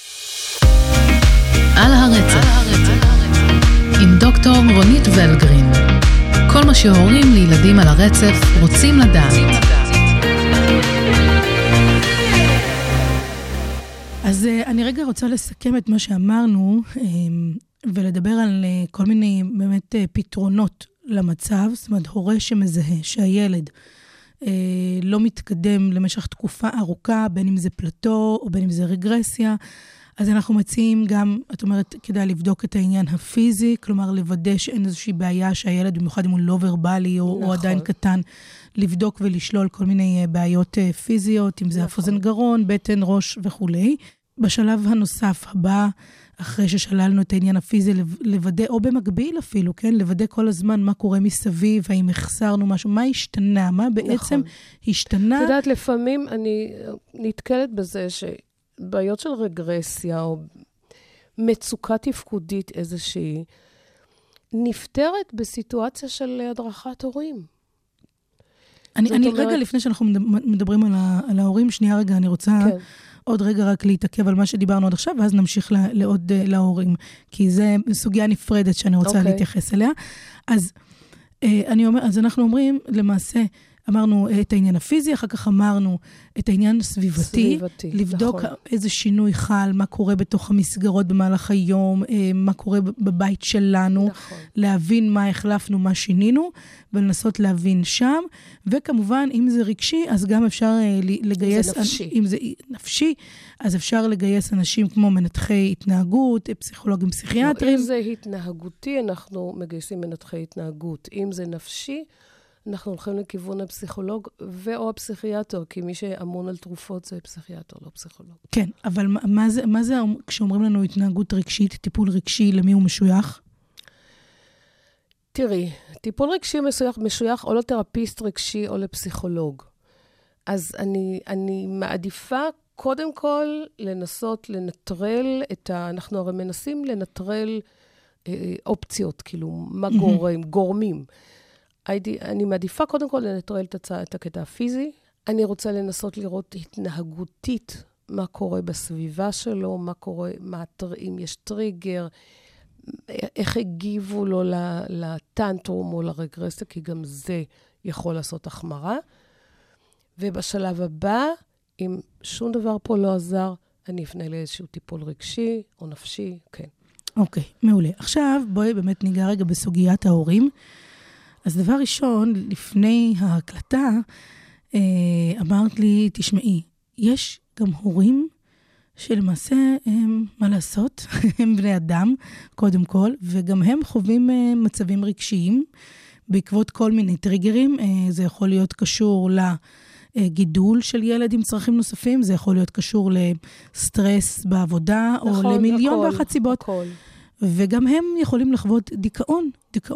על הרצף, עם דוקטור רונית ולגרין. כל מה שהורים לילדים על הרצף רוצים לדעת. אז אני רגע רוצה לסכם את מה שאמרנו, ולדבר על כל מיני באמת פתרונות למצב, זאת אומרת, הורה שמזהה שהילד לא מתקדם למשך תקופה ארוכה, בין אם זה פלטו או בין אם זה רגרסיה, אז אנחנו מציעים גם, את אומרת, כדאי לבדוק את העניין הפיזי, כלומר לוודא שאין איזושהי בעיה שהילד, במיוחד אם הוא לא ורבלי או, נכון. או עדיין קטן, לבדוק ולשלול כל מיני בעיות פיזיות, אם זה נכון. אפוזן גרון, בטן, ראש וכו'. בשלב הנוסף הבא, אחרי ששללנו את העניין הפיזי, לוודא, או במקביל אפילו, כן? לוודא כל הזמן מה קורה מסביב, האם החסרנו משהו, מה השתנה, מה בעצם נכון. השתנה. את יודעת, לפעמים אני נתקלת בזה שבעיות של רגרסיה, או מצוקה תפקודית איזושהי, נפטרת בסיטואציה של הדרכת הורים. אני, אני אומרת... רגע, לפני שאנחנו מדברים על, ה, על ההורים, שנייה רגע, אני רוצה... כן. עוד רגע רק להתעכב על מה שדיברנו עד עכשיו, ואז נמשיך לעוד להורים, כי זה סוגיה נפרדת שאני רוצה okay. להתייחס אליה. אז, אני אומר, אז אנחנו אומרים, למעשה, אמרנו את העניין הפיזי, אחר כך אמרנו את העניין הסביבתי, סביבתי, לבדוק נכון. איזה שינוי חל, מה קורה בתוך המסגרות במהלך היום, מה קורה בבית שלנו, נכון. להבין מה החלפנו, מה שינינו, ולנסות להבין שם, וכמובן, אם זה רגשי, אז גם אפשר לגייס, זה נפשי. אם זה נפשי, אז אפשר לגייס אנשים כמו מנתחי התנהגות, פסיכולוגים פסיכיאטרים. אם זה התנהגותי, אנחנו מגייסים מנתחי התנהגות. אם זה נפשי, אנחנו הולכים לכיוון הפסיכולוג ואו הפסיכיאטר, כי מי שאמון על תרופות זה פסיכיאטר, לא פסיכולוג. כן, אבל מה זה, מה זה כשאומרים לנו התנהגות רגשית, טיפול רגשי, למי הוא משוייך? תראי, טיפול רגשי משוייך, משוייך או לתרפיסט רגשי או לפסיכולוג. אז אני, אני מעדיפה קודם כל לנסות לנטרל את ה... אנחנו הרי מנסים לנטרל אה, אופציות, כאילו, מה גורם, גורמים. אני מעדיפה קודם כל לנטרל את הקטע הפיזי. אני רוצה לנסות לראות התנהגותית, מה קורה בסביבה שלו, מה קורה, מה, אם יש טריגר, איך הגיבו לו לטנטרום או לרגרסיה, כי גם זה יכול לעשות החמרה. ובשלב הבא, אם שום דבר פה לא עזר, אני אפנה לאיזשהו טיפול רגשי או נפשי, כן. אוקיי, מעולה. עכשיו בואי באמת ניגע רגע בסוגיית ההורים. אז דבר ראשון, לפני ההקלטה, אמרת לי, תשמעי, יש גם הורים שלמעשה, הם, מה לעשות, הם בני אדם, קודם כל, וגם הם חווים מצבים רגשיים, בעקבות כל מיני טריגרים. זה יכול להיות קשור לגידול של ילד עם צרכים נוספים, זה יכול להיות קשור לסטרס בעבודה, נכון, או למיליון ואחת סיבות. וגם הם יכולים לחוות דיכאון, דיכאון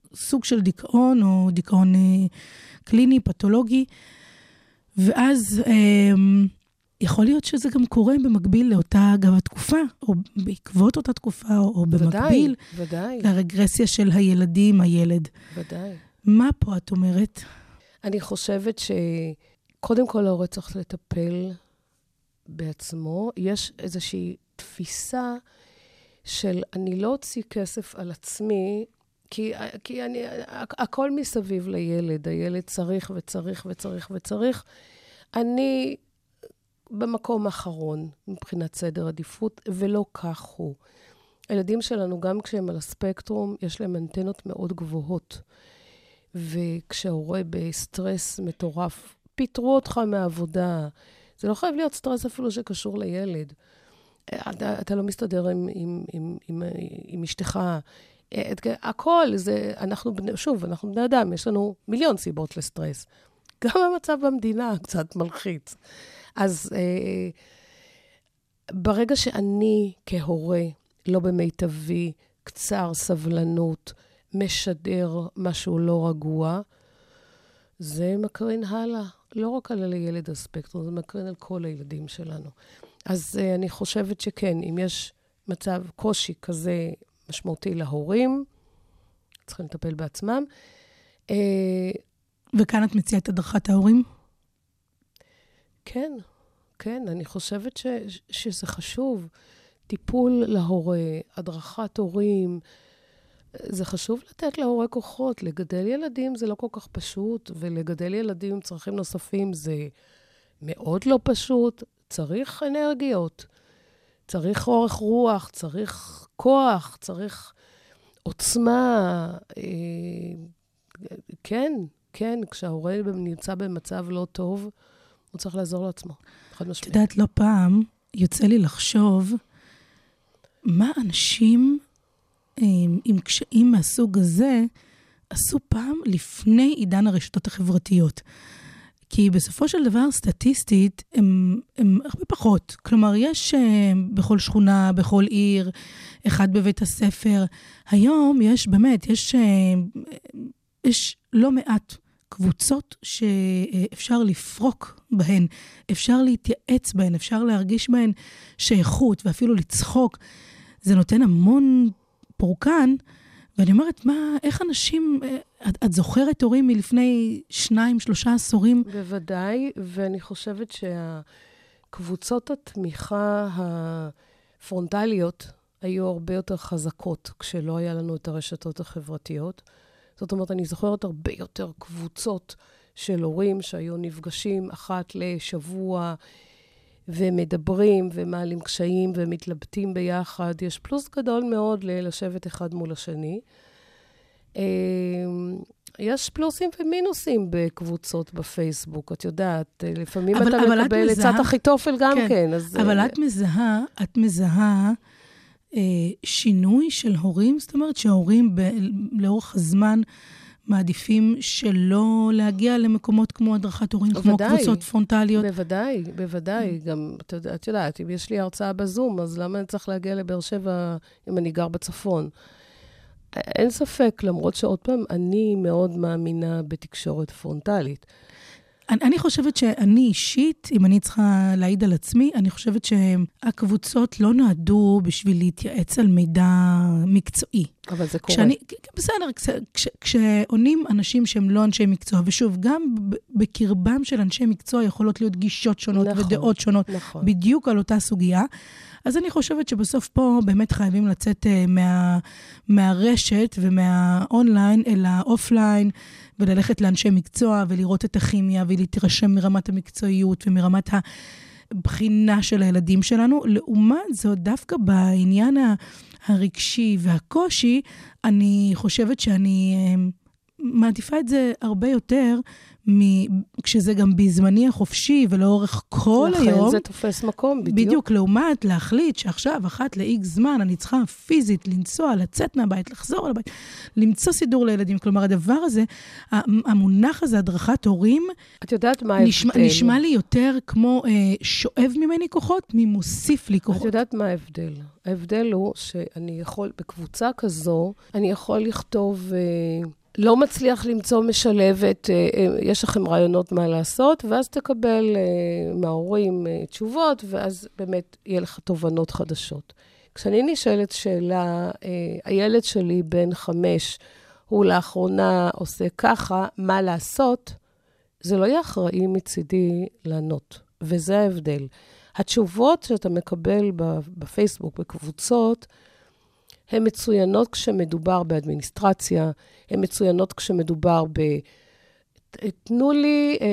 סוג של דיכאון, או דיכאון אה, קליני, פתולוגי, ואז אה, יכול להיות שזה גם קורה במקביל לאותה, אגב, התקופה, או בעקבות אותה תקופה, או במקביל, ודאי. לרגרסיה של הילדים, הילד. ודאי. מה פה את אומרת? אני חושבת שקודם כל ההורה צריך לטפל בעצמו. יש איזושהי תפיסה של אני לא אוציא כסף על עצמי, כי, כי אני, הכל מסביב לילד. הילד צריך וצריך וצריך וצריך. אני במקום האחרון מבחינת סדר עדיפות, ולא כך הוא. הילדים שלנו, גם כשהם על הספקטרום, יש להם אנטנות מאוד גבוהות. וכשההורה בסטרס מטורף, פיטרו אותך מהעבודה. זה לא חייב להיות סטרס אפילו שקשור לילד. אתה, אתה לא מסתדר עם, עם, עם, עם, עם אשתך. הכל, זה, אנחנו, שוב, אנחנו בני אדם, יש לנו מיליון סיבות לסטרס. גם המצב במדינה קצת מלחיץ. אז אה, ברגע שאני כהורה, לא במיטבי, קצר סבלנות, משדר משהו לא רגוע, זה מקרין הלאה. לא רק על הילד הספקטרום, זה מקרין על כל הילדים שלנו. אז uh, אני חושבת שכן, אם יש מצב קושי כזה משמעותי להורים, צריכים לטפל בעצמם. Uh, וכאן את מציעה את הדרכת ההורים? כן, כן, אני חושבת ש, שזה חשוב. טיפול להורה, הדרכת הורים, זה חשוב לתת להורה כוחות. לגדל ילדים זה לא כל כך פשוט, ולגדל ילדים עם צרכים נוספים זה מאוד לא פשוט. צריך אנרגיות, צריך אורך רוח, צריך כוח, צריך עוצמה. כן, כן, כשההורה נמצא במצב לא טוב, הוא צריך לעזור לעצמו. חד משמעית. את יודעת, לא פעם יוצא לי לחשוב מה אנשים עם קשיים מהסוג הזה עשו פעם לפני עידן הרשתות החברתיות. כי בסופו של דבר, סטטיסטית, הם, הם הרבה פחות. כלומר, יש בכל שכונה, בכל עיר, אחד בבית הספר. היום יש, באמת, יש, יש לא מעט קבוצות שאפשר לפרוק בהן, אפשר להתייעץ בהן, אפשר להרגיש בהן שייכות, ואפילו לצחוק. זה נותן המון פורקן, ואני אומרת, מה, איך אנשים, את, את זוכרת הורים מלפני שניים, שלושה עשורים? בוודאי, ואני חושבת שהקבוצות התמיכה הפרונטליות היו הרבה יותר חזקות, כשלא היה לנו את הרשתות החברתיות. זאת אומרת, אני זוכרת הרבה יותר קבוצות של הורים שהיו נפגשים אחת לשבוע, ומדברים ומעלים קשיים ומתלבטים ביחד. יש פלוס גדול מאוד לשבת אחד מול השני. יש פלוסים ומינוסים בקבוצות בפייסבוק, את יודעת, לפעמים אבל, אתה אבל מקבל עצת אחיתופל גם כן. כן אז אבל את מזהה, את מזהה אה, שינוי של הורים, זאת אומרת שההורים ב, לאורך הזמן מעדיפים שלא להגיע למקומות כמו הדרכת הורים, כמו קבוצות פרונטליות. בוודאי, בוודאי. גם, את יודעת, אם יש לי הרצאה בזום, אז למה אני צריך להגיע לבאר שבע אם אני גר בצפון? אין ספק, למרות שעוד פעם, אני מאוד מאמינה בתקשורת פרונטלית. אני, אני חושבת שאני אישית, אם אני צריכה להעיד על עצמי, אני חושבת שהקבוצות לא נועדו בשביל להתייעץ על מידע מקצועי. אבל זה קורה. כשאני, בסדר, כש, כש, כשעונים אנשים שהם לא אנשי מקצוע, ושוב, גם בקרבם של אנשי מקצוע יכולות להיות גישות שונות נכון, ודעות שונות, נכון. בדיוק על אותה סוגיה. אז אני חושבת שבסוף פה באמת חייבים לצאת uh, מה, מהרשת ומהאונליין אל האופליין, וללכת לאנשי מקצוע ולראות את הכימיה, ולהתרשם מרמת המקצועיות ומרמת הבחינה של הילדים שלנו. לעומת זאת, דווקא בעניין הרגשי והקושי, אני חושבת שאני מעדיפה את זה הרבה יותר, כשזה גם בזמני החופשי ולאורך כל היום. לכן זה תופס מקום, בדיוק. בדיוק, לעומת להחליט שעכשיו, אחת לאיקס זמן, אני צריכה פיזית לנסוע, לצאת מהבית, לחזור על הבית, למצוא סידור לילדים. כלומר, הדבר הזה, המונח הזה, הדרכת הורים, את יודעת מה ההבדל? נשמע, נשמע לי יותר כמו אה, שואב ממני כוחות, ממוסיף לי כוחות. את יודעת מה ההבדל? ההבדל הוא שאני יכול, בקבוצה כזו, אני יכול לכתוב... אה, לא מצליח למצוא משלבת, יש לכם רעיונות מה לעשות, ואז תקבל מההורים תשובות, ואז באמת יהיה לך תובנות חדשות. כשאני נשאלת שאלה, הילד שלי בן חמש, הוא לאחרונה עושה ככה, מה לעשות? זה לא יהיה אחראי מצידי לענות, וזה ההבדל. התשובות שאתה מקבל בפייסבוק, בקבוצות, הן מצוינות כשמדובר באדמיניסטרציה, הן מצוינות כשמדובר ב... תנו לי אה,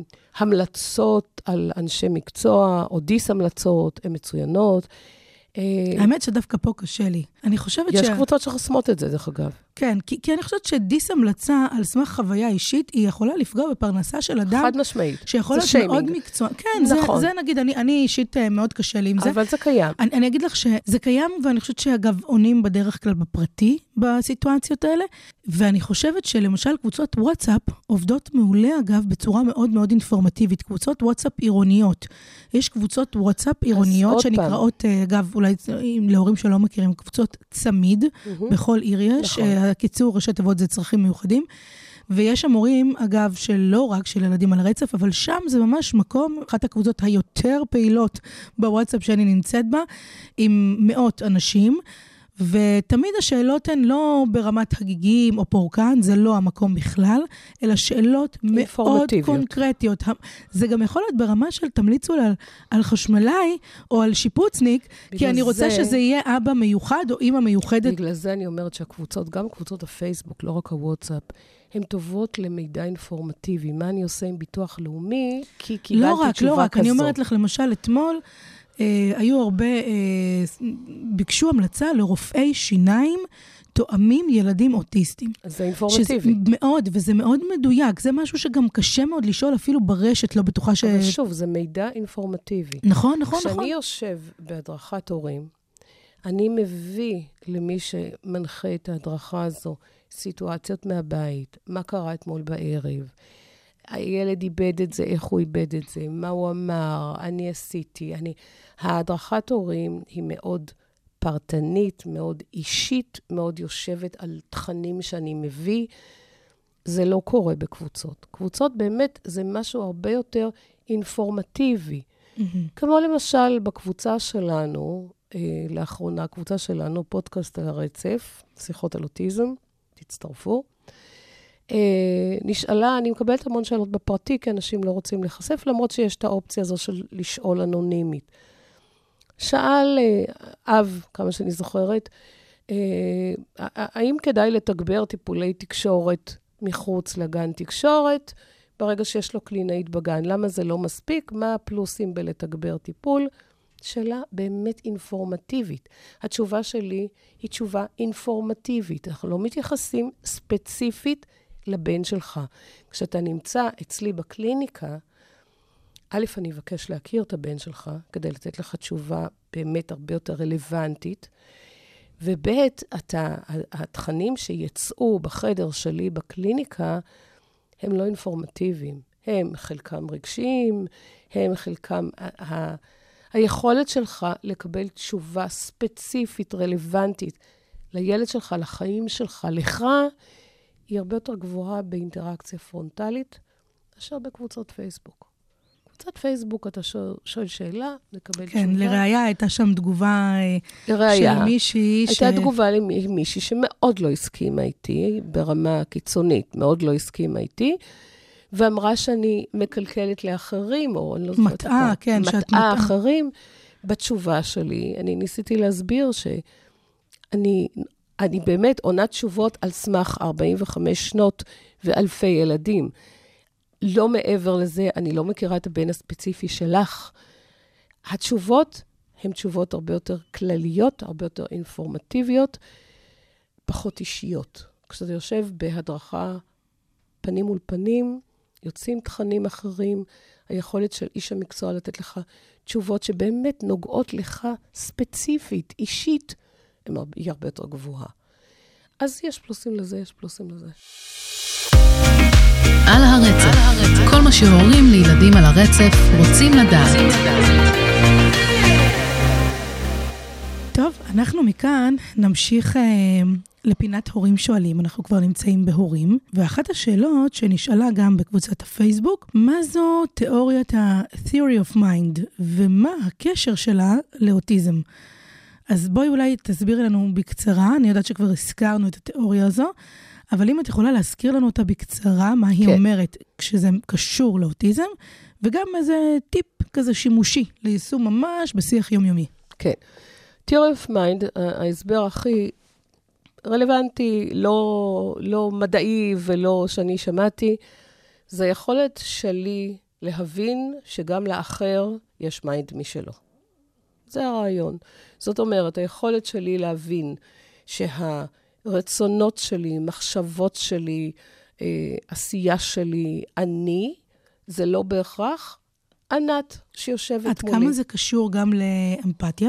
המלצות על אנשי מקצוע, או דיס המלצות, הן מצוינות. האמת שדווקא פה קשה לי. אני חושבת ש... יש קבוצות שחסמות את זה, דרך אגב. כן, כי, כי אני חושבת שדיס המלצה על סמך חוויה אישית, היא יכולה לפגוע בפרנסה של אדם... חד משמעית. שיכול להיות מאוד מקצוע. כן, נכון. זה, זה נגיד, אני, אני אישית מאוד קשה לי עם זה. אבל זה קיים. אני, אני אגיד לך שזה קיים, ואני חושבת שאגב, עונים בדרך כלל בפרטי, בסיטואציות האלה, ואני חושבת שלמשל קבוצות וואטסאפ, עובדות מעולה אגב, בצורה מאוד מאוד אינפורמטיבית. קבוצות וואטסאפ עירוניות. יש קבוצות וואטסאפ עירוניות שנקראות, אגב, אולי להורים שלא מכירים, קבוצות צמיד, בכל עיר יש. הקיצור, ראשי תיבות זה צרכים מיוחדים. ויש המורים, אגב, שלא רק של ילדים על הרצף, אבל שם זה ממש מקום, אחת הקבוצות היותר פעילות בוואטסאפ שאני נמצאת בה, עם מאות אנשים, ותמיד השאלות הן לא ברמת הגיגים או פורקן, זה לא המקום בכלל, אלא שאלות מאוד קונקרטיות. זה גם יכול להיות ברמה של תמליצו על, על חשמלאי או על שיפוצניק, כי אני רוצה זה, שזה יהיה אבא מיוחד או אמא מיוחדת. בגלל זה אני אומרת שהקבוצות, גם קבוצות הפייסבוק, לא רק הוואטסאפ, הן טובות למידע אינפורמטיבי. מה אני עושה עם ביטוח לאומי? כי קיבלתי לא רק, תשובה לא רק. כזאת. אני אומרת לך, למשל, אתמול, אה, היו הרבה, אה, ביקשו המלצה לרופאי שיניים, תואמים ילדים אוטיסטים. אז זה אינפורמטיבי. שזה מאוד, וזה מאוד מדויק. זה משהו שגם קשה מאוד לשאול, אפילו ברשת, לא בטוחה ש... אבל שוב, זה מידע אינפורמטיבי. נכון, נכון, נכון. כשאני יושב בהדרכת הורים, אני מביא למי שמנחה את ההדרכה הזו, סיטואציות מהבית, מה קרה אתמול בערב, הילד איבד את זה, איך הוא איבד את זה, מה הוא אמר, אני עשיתי. אני... ההדרכת הורים היא מאוד פרטנית, מאוד אישית, מאוד יושבת על תכנים שאני מביא. זה לא קורה בקבוצות. קבוצות באמת זה משהו הרבה יותר אינפורמטיבי. Mm-hmm. כמו למשל בקבוצה שלנו, אה, לאחרונה, הקבוצה שלנו, פודקאסט על הרצף, שיחות על אוטיזם, תצטרפו. אה, נשאלה, אני מקבלת המון שאלות בפרטי, כי אנשים לא רוצים להיחשף, למרות שיש את האופציה הזו של לשאול אנונימית. שאל אה, אב, כמה שאני זוכרת, אה, האם כדאי לתגבר טיפולי תקשורת מחוץ לגן תקשורת, ברגע שיש לו קלינאית בגן? למה זה לא מספיק? מה הפלוסים בלתגבר טיפול? שאלה באמת אינפורמטיבית. התשובה שלי היא תשובה אינפורמטיבית. אנחנו לא מתייחסים ספציפית לבן שלך. כשאתה נמצא אצלי בקליניקה, א', אני אבקש להכיר את הבן שלך, כדי לתת לך תשובה באמת הרבה יותר רלוונטית, וב', אתה, התכנים שיצאו בחדר שלי בקליניקה, הם לא אינפורמטיביים. הם חלקם רגשיים, הם חלקם... ה- היכולת שלך לקבל תשובה ספציפית, רלוונטית, לילד שלך, לחיים שלך, לך, היא הרבה יותר גבוהה באינטראקציה פרונטלית, מאשר בקבוצות פייסבוק. קבוצת פייסבוק, אתה שואל, שואל שאלה, לקבל כן, תשובה. כן, לראיה הייתה שם תגובה לראיה. של מישהי הייתה ש... תגובה למישהי שמאוד לא הסכימה איתי, ברמה קיצונית, מאוד לא הסכימה איתי, ואמרה שאני מקלקלת לאחרים, או אני לא זוכרת אותה. מטעה, כן, מטעה שאת מטעה. אחרים. בתשובה שלי, אני ניסיתי להסביר שאני אני באמת עונה תשובות על סמך ארבעים וחמש שנות ואלפי ילדים. לא מעבר לזה, אני לא מכירה את הבן הספציפי שלך. התשובות הן תשובות הרבה יותר כלליות, הרבה יותר אינפורמטיביות, פחות אישיות. כשאתה יושב בהדרכה פנים מול פנים, יוצאים תכנים אחרים, היכולת של איש המקצוע לתת לך תשובות שבאמת נוגעות לך ספציפית, אישית, היא הרבה יותר גבוהה. אז יש פלוסים לזה, יש פלוסים לזה. על הרצף, כל מה שהורים לילדים על הרצף רוצים לדעת. טוב, אנחנו מכאן נמשיך אה, לפינת הורים שואלים, אנחנו כבר נמצאים בהורים, ואחת השאלות שנשאלה גם בקבוצת הפייסבוק, מה זו תיאוריית ה-Theory of Mind, ומה הקשר שלה לאוטיזם? אז בואי אולי תסבירי לנו בקצרה, אני יודעת שכבר הזכרנו את התיאוריה הזו, אבל אם את יכולה להזכיר לנו אותה בקצרה, מה היא כן. אומרת כשזה קשור לאוטיזם, וגם איזה טיפ כזה שימושי, ליישום ממש בשיח יומיומי. כן. Theory of Mind, ההסבר הכי רלוונטי, לא, לא מדעי ולא שאני שמעתי, זה יכולת שלי להבין שגם לאחר יש מיינד משלו. זה הרעיון. זאת אומרת, היכולת שלי להבין שהרצונות שלי, מחשבות שלי, אה, עשייה שלי, אני, זה לא בהכרח ענת שיושבת עד מולי. כמה זה קשור גם לאמפתיה?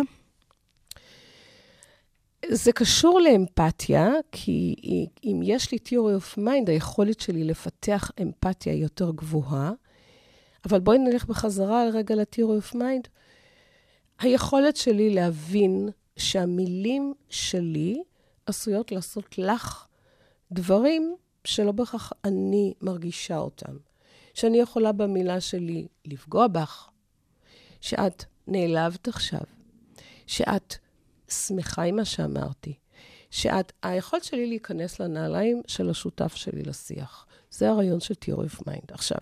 זה קשור לאמפתיה, כי אם יש לי theory of mind, היכולת שלי לפתח אמפתיה היא יותר גבוהה, אבל בואי נלך בחזרה רגע ל-theory of mind. היכולת שלי להבין שהמילים שלי עשויות לעשות לך דברים שלא בכך אני מרגישה אותם. שאני יכולה במילה שלי לפגוע בך, שאת נעלבת עכשיו, שאת שמחה עם מה שאמרתי, שאת, היכולת שלי להיכנס לנעליים של השותף שלי לשיח. זה הרעיון של theory of mind. עכשיו,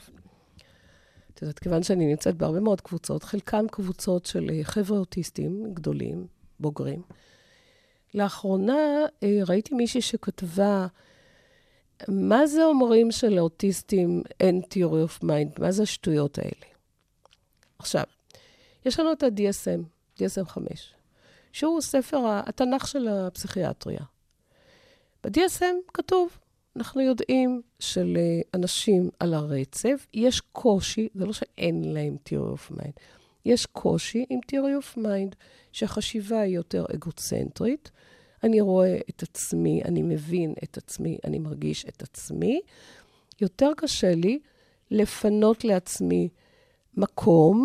את יודעת, כיוון שאני נמצאת בהרבה מאוד קבוצות, חלקן קבוצות של חבר'ה אוטיסטים גדולים, בוגרים. לאחרונה ראיתי מישהי שכתבה, מה זה אומרים שלאוטיסטים אין theory of mind? מה זה השטויות האלה? עכשיו, יש לנו את ה-די אס אם, די אס אם חמש, שהוא ספר התנ"ך של הפסיכיאטריה. ב-די אס אם כתוב, אנחנו יודעים שלאנשים על הרצף יש קושי, זה לא שאין להם theory of mind, יש קושי עם theory of mind, שהחשיבה היא יותר אגוצנטרית, אני רואה את עצמי, אני מבין את עצמי, אני מרגיש את עצמי. יותר קשה לי לפנות לעצמי מקום,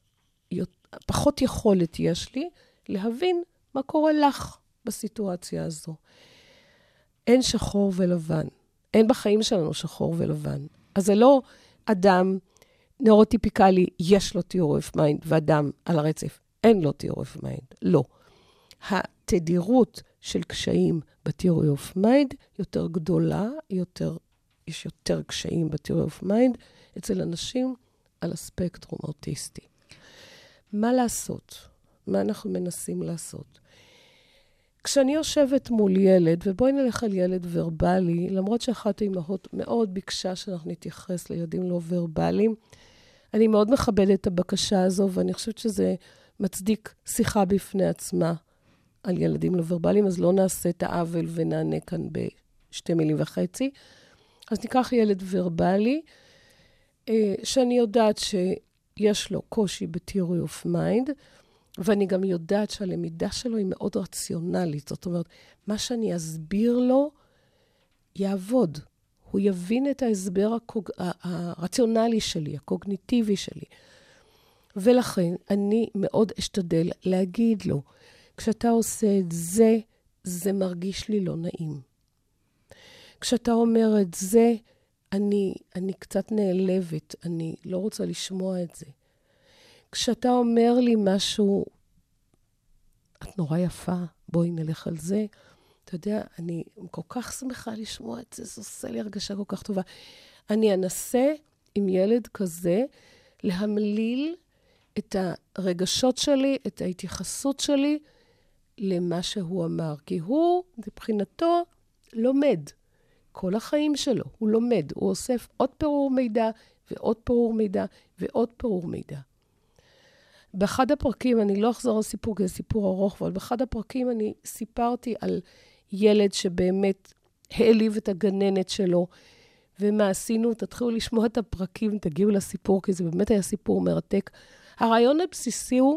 פחות יכולת יש לי להבין מה קורה לך בסיטואציה הזו. אין שחור ולבן. אין בחיים שלנו שחור ולבן. אז זה לא אדם נאורוטיפיקלי, יש לו theory of mind, ואדם על הרצף, אין לו theory of mind. לא. התדירות של קשיים ב-theory of mind יותר גדולה, יותר, יש יותר קשיים ב-theory of mind אצל אנשים על הספקטרום האוטיסטי. מה לעשות? מה אנחנו מנסים לעשות? כשאני יושבת מול ילד, ובואי נלך על ילד ורבלי, למרות שאחת האימהות מאוד ביקשה שאנחנו נתייחס לילדים לא ורבליים, אני מאוד מכבדת את הבקשה הזו, ואני חושבת שזה מצדיק שיחה בפני עצמה על ילדים לא ורבליים, אז לא נעשה את העוול ונענה כאן בשתי מילים וחצי. אז ניקח ילד ורבלי, שאני יודעת שיש לו קושי ב-theory of mind, ואני גם יודעת שהלמידה שלו היא מאוד רציונלית. זאת אומרת, מה שאני אסביר לו יעבוד. הוא יבין את ההסבר הקוג... הרציונלי שלי, הקוגניטיבי שלי. ולכן אני מאוד אשתדל להגיד לו, כשאתה עושה את זה, זה מרגיש לי לא נעים. כשאתה אומר את זה, אני, אני קצת נעלבת, אני לא רוצה לשמוע את זה. כשאתה אומר לי משהו, את נורא יפה, בואי נלך על זה. אתה יודע, אני כל כך שמחה לשמוע את זה, זה עושה לי הרגשה כל כך טובה. אני אנסה עם ילד כזה להמליל את הרגשות שלי, את ההתייחסות שלי למה שהוא אמר. כי הוא, מבחינתו, לומד. כל החיים שלו, הוא לומד. הוא אוסף עוד פירור מידע, ועוד פירור מידע, ועוד פירור מידע. באחד הפרקים, אני לא אחזור על סיפור, כי זה סיפור ארוך, אבל באחד הפרקים אני סיפרתי על ילד שבאמת העליב את הגננת שלו, ומה עשינו, תתחילו לשמוע את הפרקים, תגיעו לסיפור, כי זה באמת היה סיפור מרתק. הרעיון הבסיסי הוא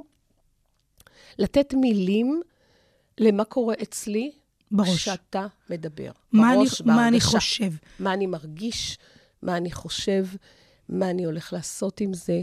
לתת מילים למה קורה אצלי, בראש. שאתה מדבר. מה, בראש, אני, מה אני בהרגשה. חושב. מה אני מרגיש, מה אני חושב, מה אני הולך לעשות עם זה.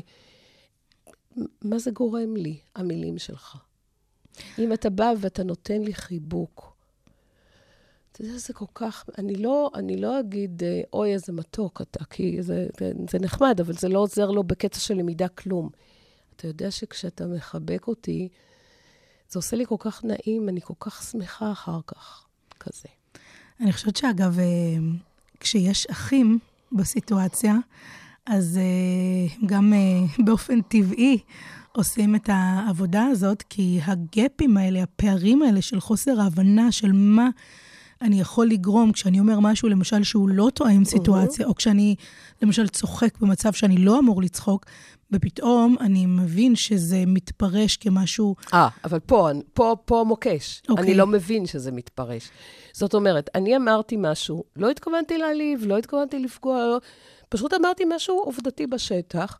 מה זה גורם לי, המילים שלך? אם אתה בא ואתה נותן לי חיבוק, אתה יודע, זה כל כך, אני לא, אני לא אגיד, אוי, איזה מתוק אתה, כי זה, זה, זה נחמד, אבל זה לא עוזר לו בקטע של למידה כלום. אתה יודע שכשאתה מחבק אותי, זה עושה לי כל כך נעים, אני כל כך שמחה אחר כך, כזה. אני חושבת שאגב, כשיש אחים בסיטואציה, אז הם גם באופן טבעי עושים את העבודה הזאת, כי הגפים האלה, הפערים האלה של חוסר ההבנה של מה אני יכול לגרום, כשאני אומר משהו, למשל, שהוא לא תואם סיטואציה, או כשאני, למשל, צוחק במצב שאני לא אמור לצחוק, ופתאום אני מבין שזה מתפרש כמשהו... אה, אבל פה, פה, פה מוקש. Okay. אני לא מבין שזה מתפרש. זאת אומרת, אני אמרתי משהו, לא התכוונתי להעליב, לא התכוונתי לפגוע, לא, פשוט אמרתי משהו עובדתי בשטח.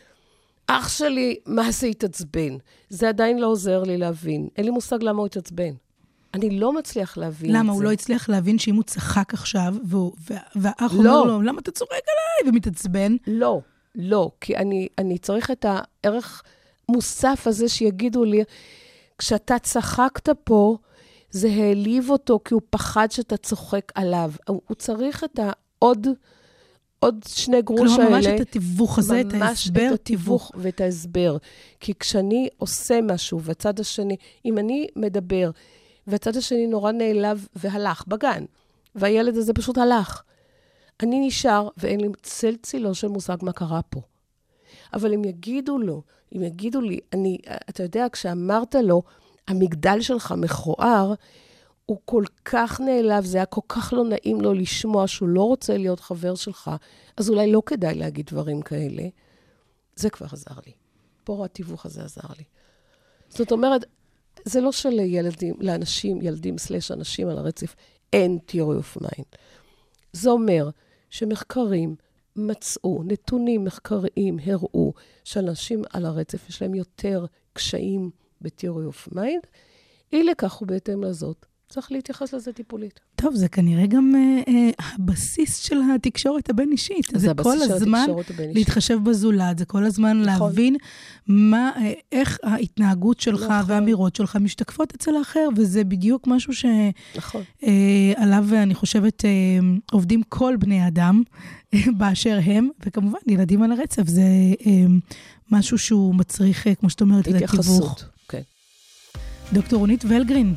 אח שלי, מה זה התעצבן? זה עדיין לא עוזר לי להבין. אין לי מושג למה הוא התעצבן. אני לא מצליח להבין את זה. למה? הוא לא הצליח להבין שאם הוא צחק עכשיו, והאח אומר לו, למה אתה צוחק עליי? ומתעצבן? לא, לא, כי אני, אני צריך את הערך מוסף הזה שיגידו לי, כשאתה צחקת פה, זה העליב אותו, כי הוא פחד שאתה צוחק עליו. הוא, הוא צריך את העוד, עוד שני גרוש האלה. כלומר, ממש את התיווך הזה, את ההסבר, ממש את התיווך ואת ההסבר. כי כשאני עושה משהו, והצד השני, אם אני מדבר, והצד השני נורא נעלב והלך בגן, והילד הזה פשוט הלך. אני נשאר, ואין לי צל צילו של מושג מה קרה פה. אבל אם יגידו לו, אם יגידו לי, אני, אתה יודע, כשאמרת לו, המגדל שלך מכוער, הוא כל כך נעלב, זה היה כל כך לא נעים לו לשמוע שהוא לא רוצה להיות חבר שלך, אז אולי לא כדאי להגיד דברים כאלה. זה כבר עזר לי. פה התיווך הזה עזר לי. זאת אומרת, זה לא של ילדים, לאנשים, ילדים סלש אנשים על הרצף, אין theory of mind. זה אומר שמחקרים מצאו, נתונים מחקריים הראו, שאנשים על הרצף יש להם יותר קשיים ב-theory of mind, אי לכך ובהתאם לזאת, צריך להתייחס לזה טיפולית. טוב, זה כנראה גם אה, אה, הבסיס של התקשורת הבין-אישית. זה, זה כל הזמן להתחשב בזולת, זה כל הזמן נכון. להבין מה, אה, איך ההתנהגות שלך נכון. והאמירות שלך משתקפות אצל האחר, וזה בדיוק משהו שעליו נכון. אה, אני חושבת אה, עובדים כל בני אדם אה, באשר הם, וכמובן ילדים על הרצף, זה אה, משהו שהוא מצריך, אה, כמו שאת אומרת, את התיווך. כן. דוקטור רונית ולגרין,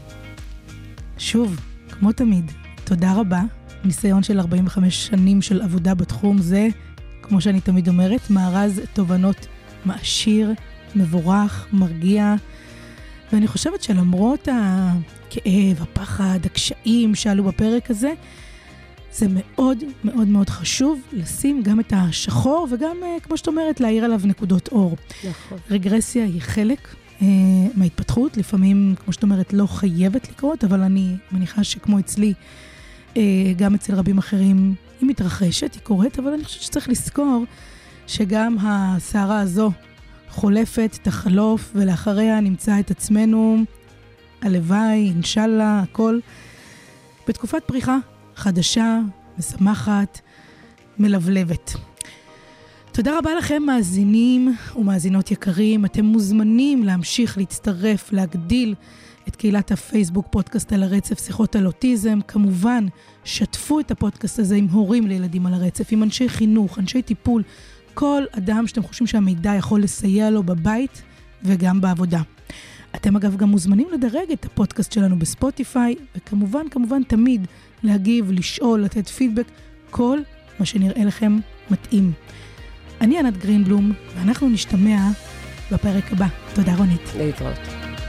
שוב, כמו תמיד, תודה רבה. ניסיון של ארבעים וחמש שנים של עבודה בתחום זה, כמו שאני תמיד אומרת, מארז תובנות מעשיר, מבורך, מרגיע. ואני חושבת שלמרות הכאב, הפחד, הקשיים שעלו בפרק הזה, זה מאוד מאוד מאוד חשוב לשים גם את השחור, וגם, כמו שאת אומרת, להעיר עליו נקודות אור. נכון. רגרסיה היא חלק מההתפתחות, לפעמים, כמו שאת אומרת, לא חייבת לקרות, אבל אני מניחה שכמו אצלי, גם אצל רבים אחרים, היא מתרחשת, היא קורית, אבל אני חושבת שצריך לזכור שגם הסערה הזו חולפת, תחלוף, ולאחריה נמצא את עצמנו, הלוואי, אינשאללה, הכל, בתקופת פריחה חדשה, משמחת, מלבלבת. תודה רבה לכם, מאזינים ומאזינות יקרים. אתם מוזמנים להמשיך להצטרף, להגדיל את קהילת הפייסבוק פודקאסט על הרצף, שיחות על אוטיזם. כמובן, שתפו את הפודקאסט הזה עם הורים לילדים על הרצף, עם אנשי חינוך, אנשי טיפול, כל אדם שאתם חושבים שהמידע יכול לסייע לו בבית וגם בעבודה. אתם אגב גם מוזמנים לדרג את הפודקאסט שלנו בספוטיפיי, וכמובן, כמובן תמיד להגיב, לשאול, לתת פידבק, כל מה שנראה לכם מתאים. אני ענת גרינבלום, ואנחנו נשתמע בפרק הבא. תודה רונית. להתראות.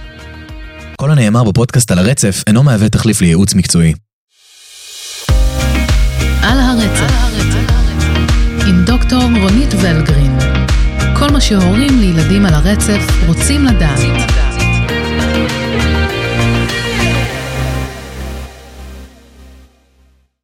כל הנאמר בפודקאסט על הרצף אינו מהווה תחליף לייעוץ מקצועי. על הרצף, עם דוקטור רונית ולגרין. כל מה שהורים לילדים על הרצף רוצים לדעת.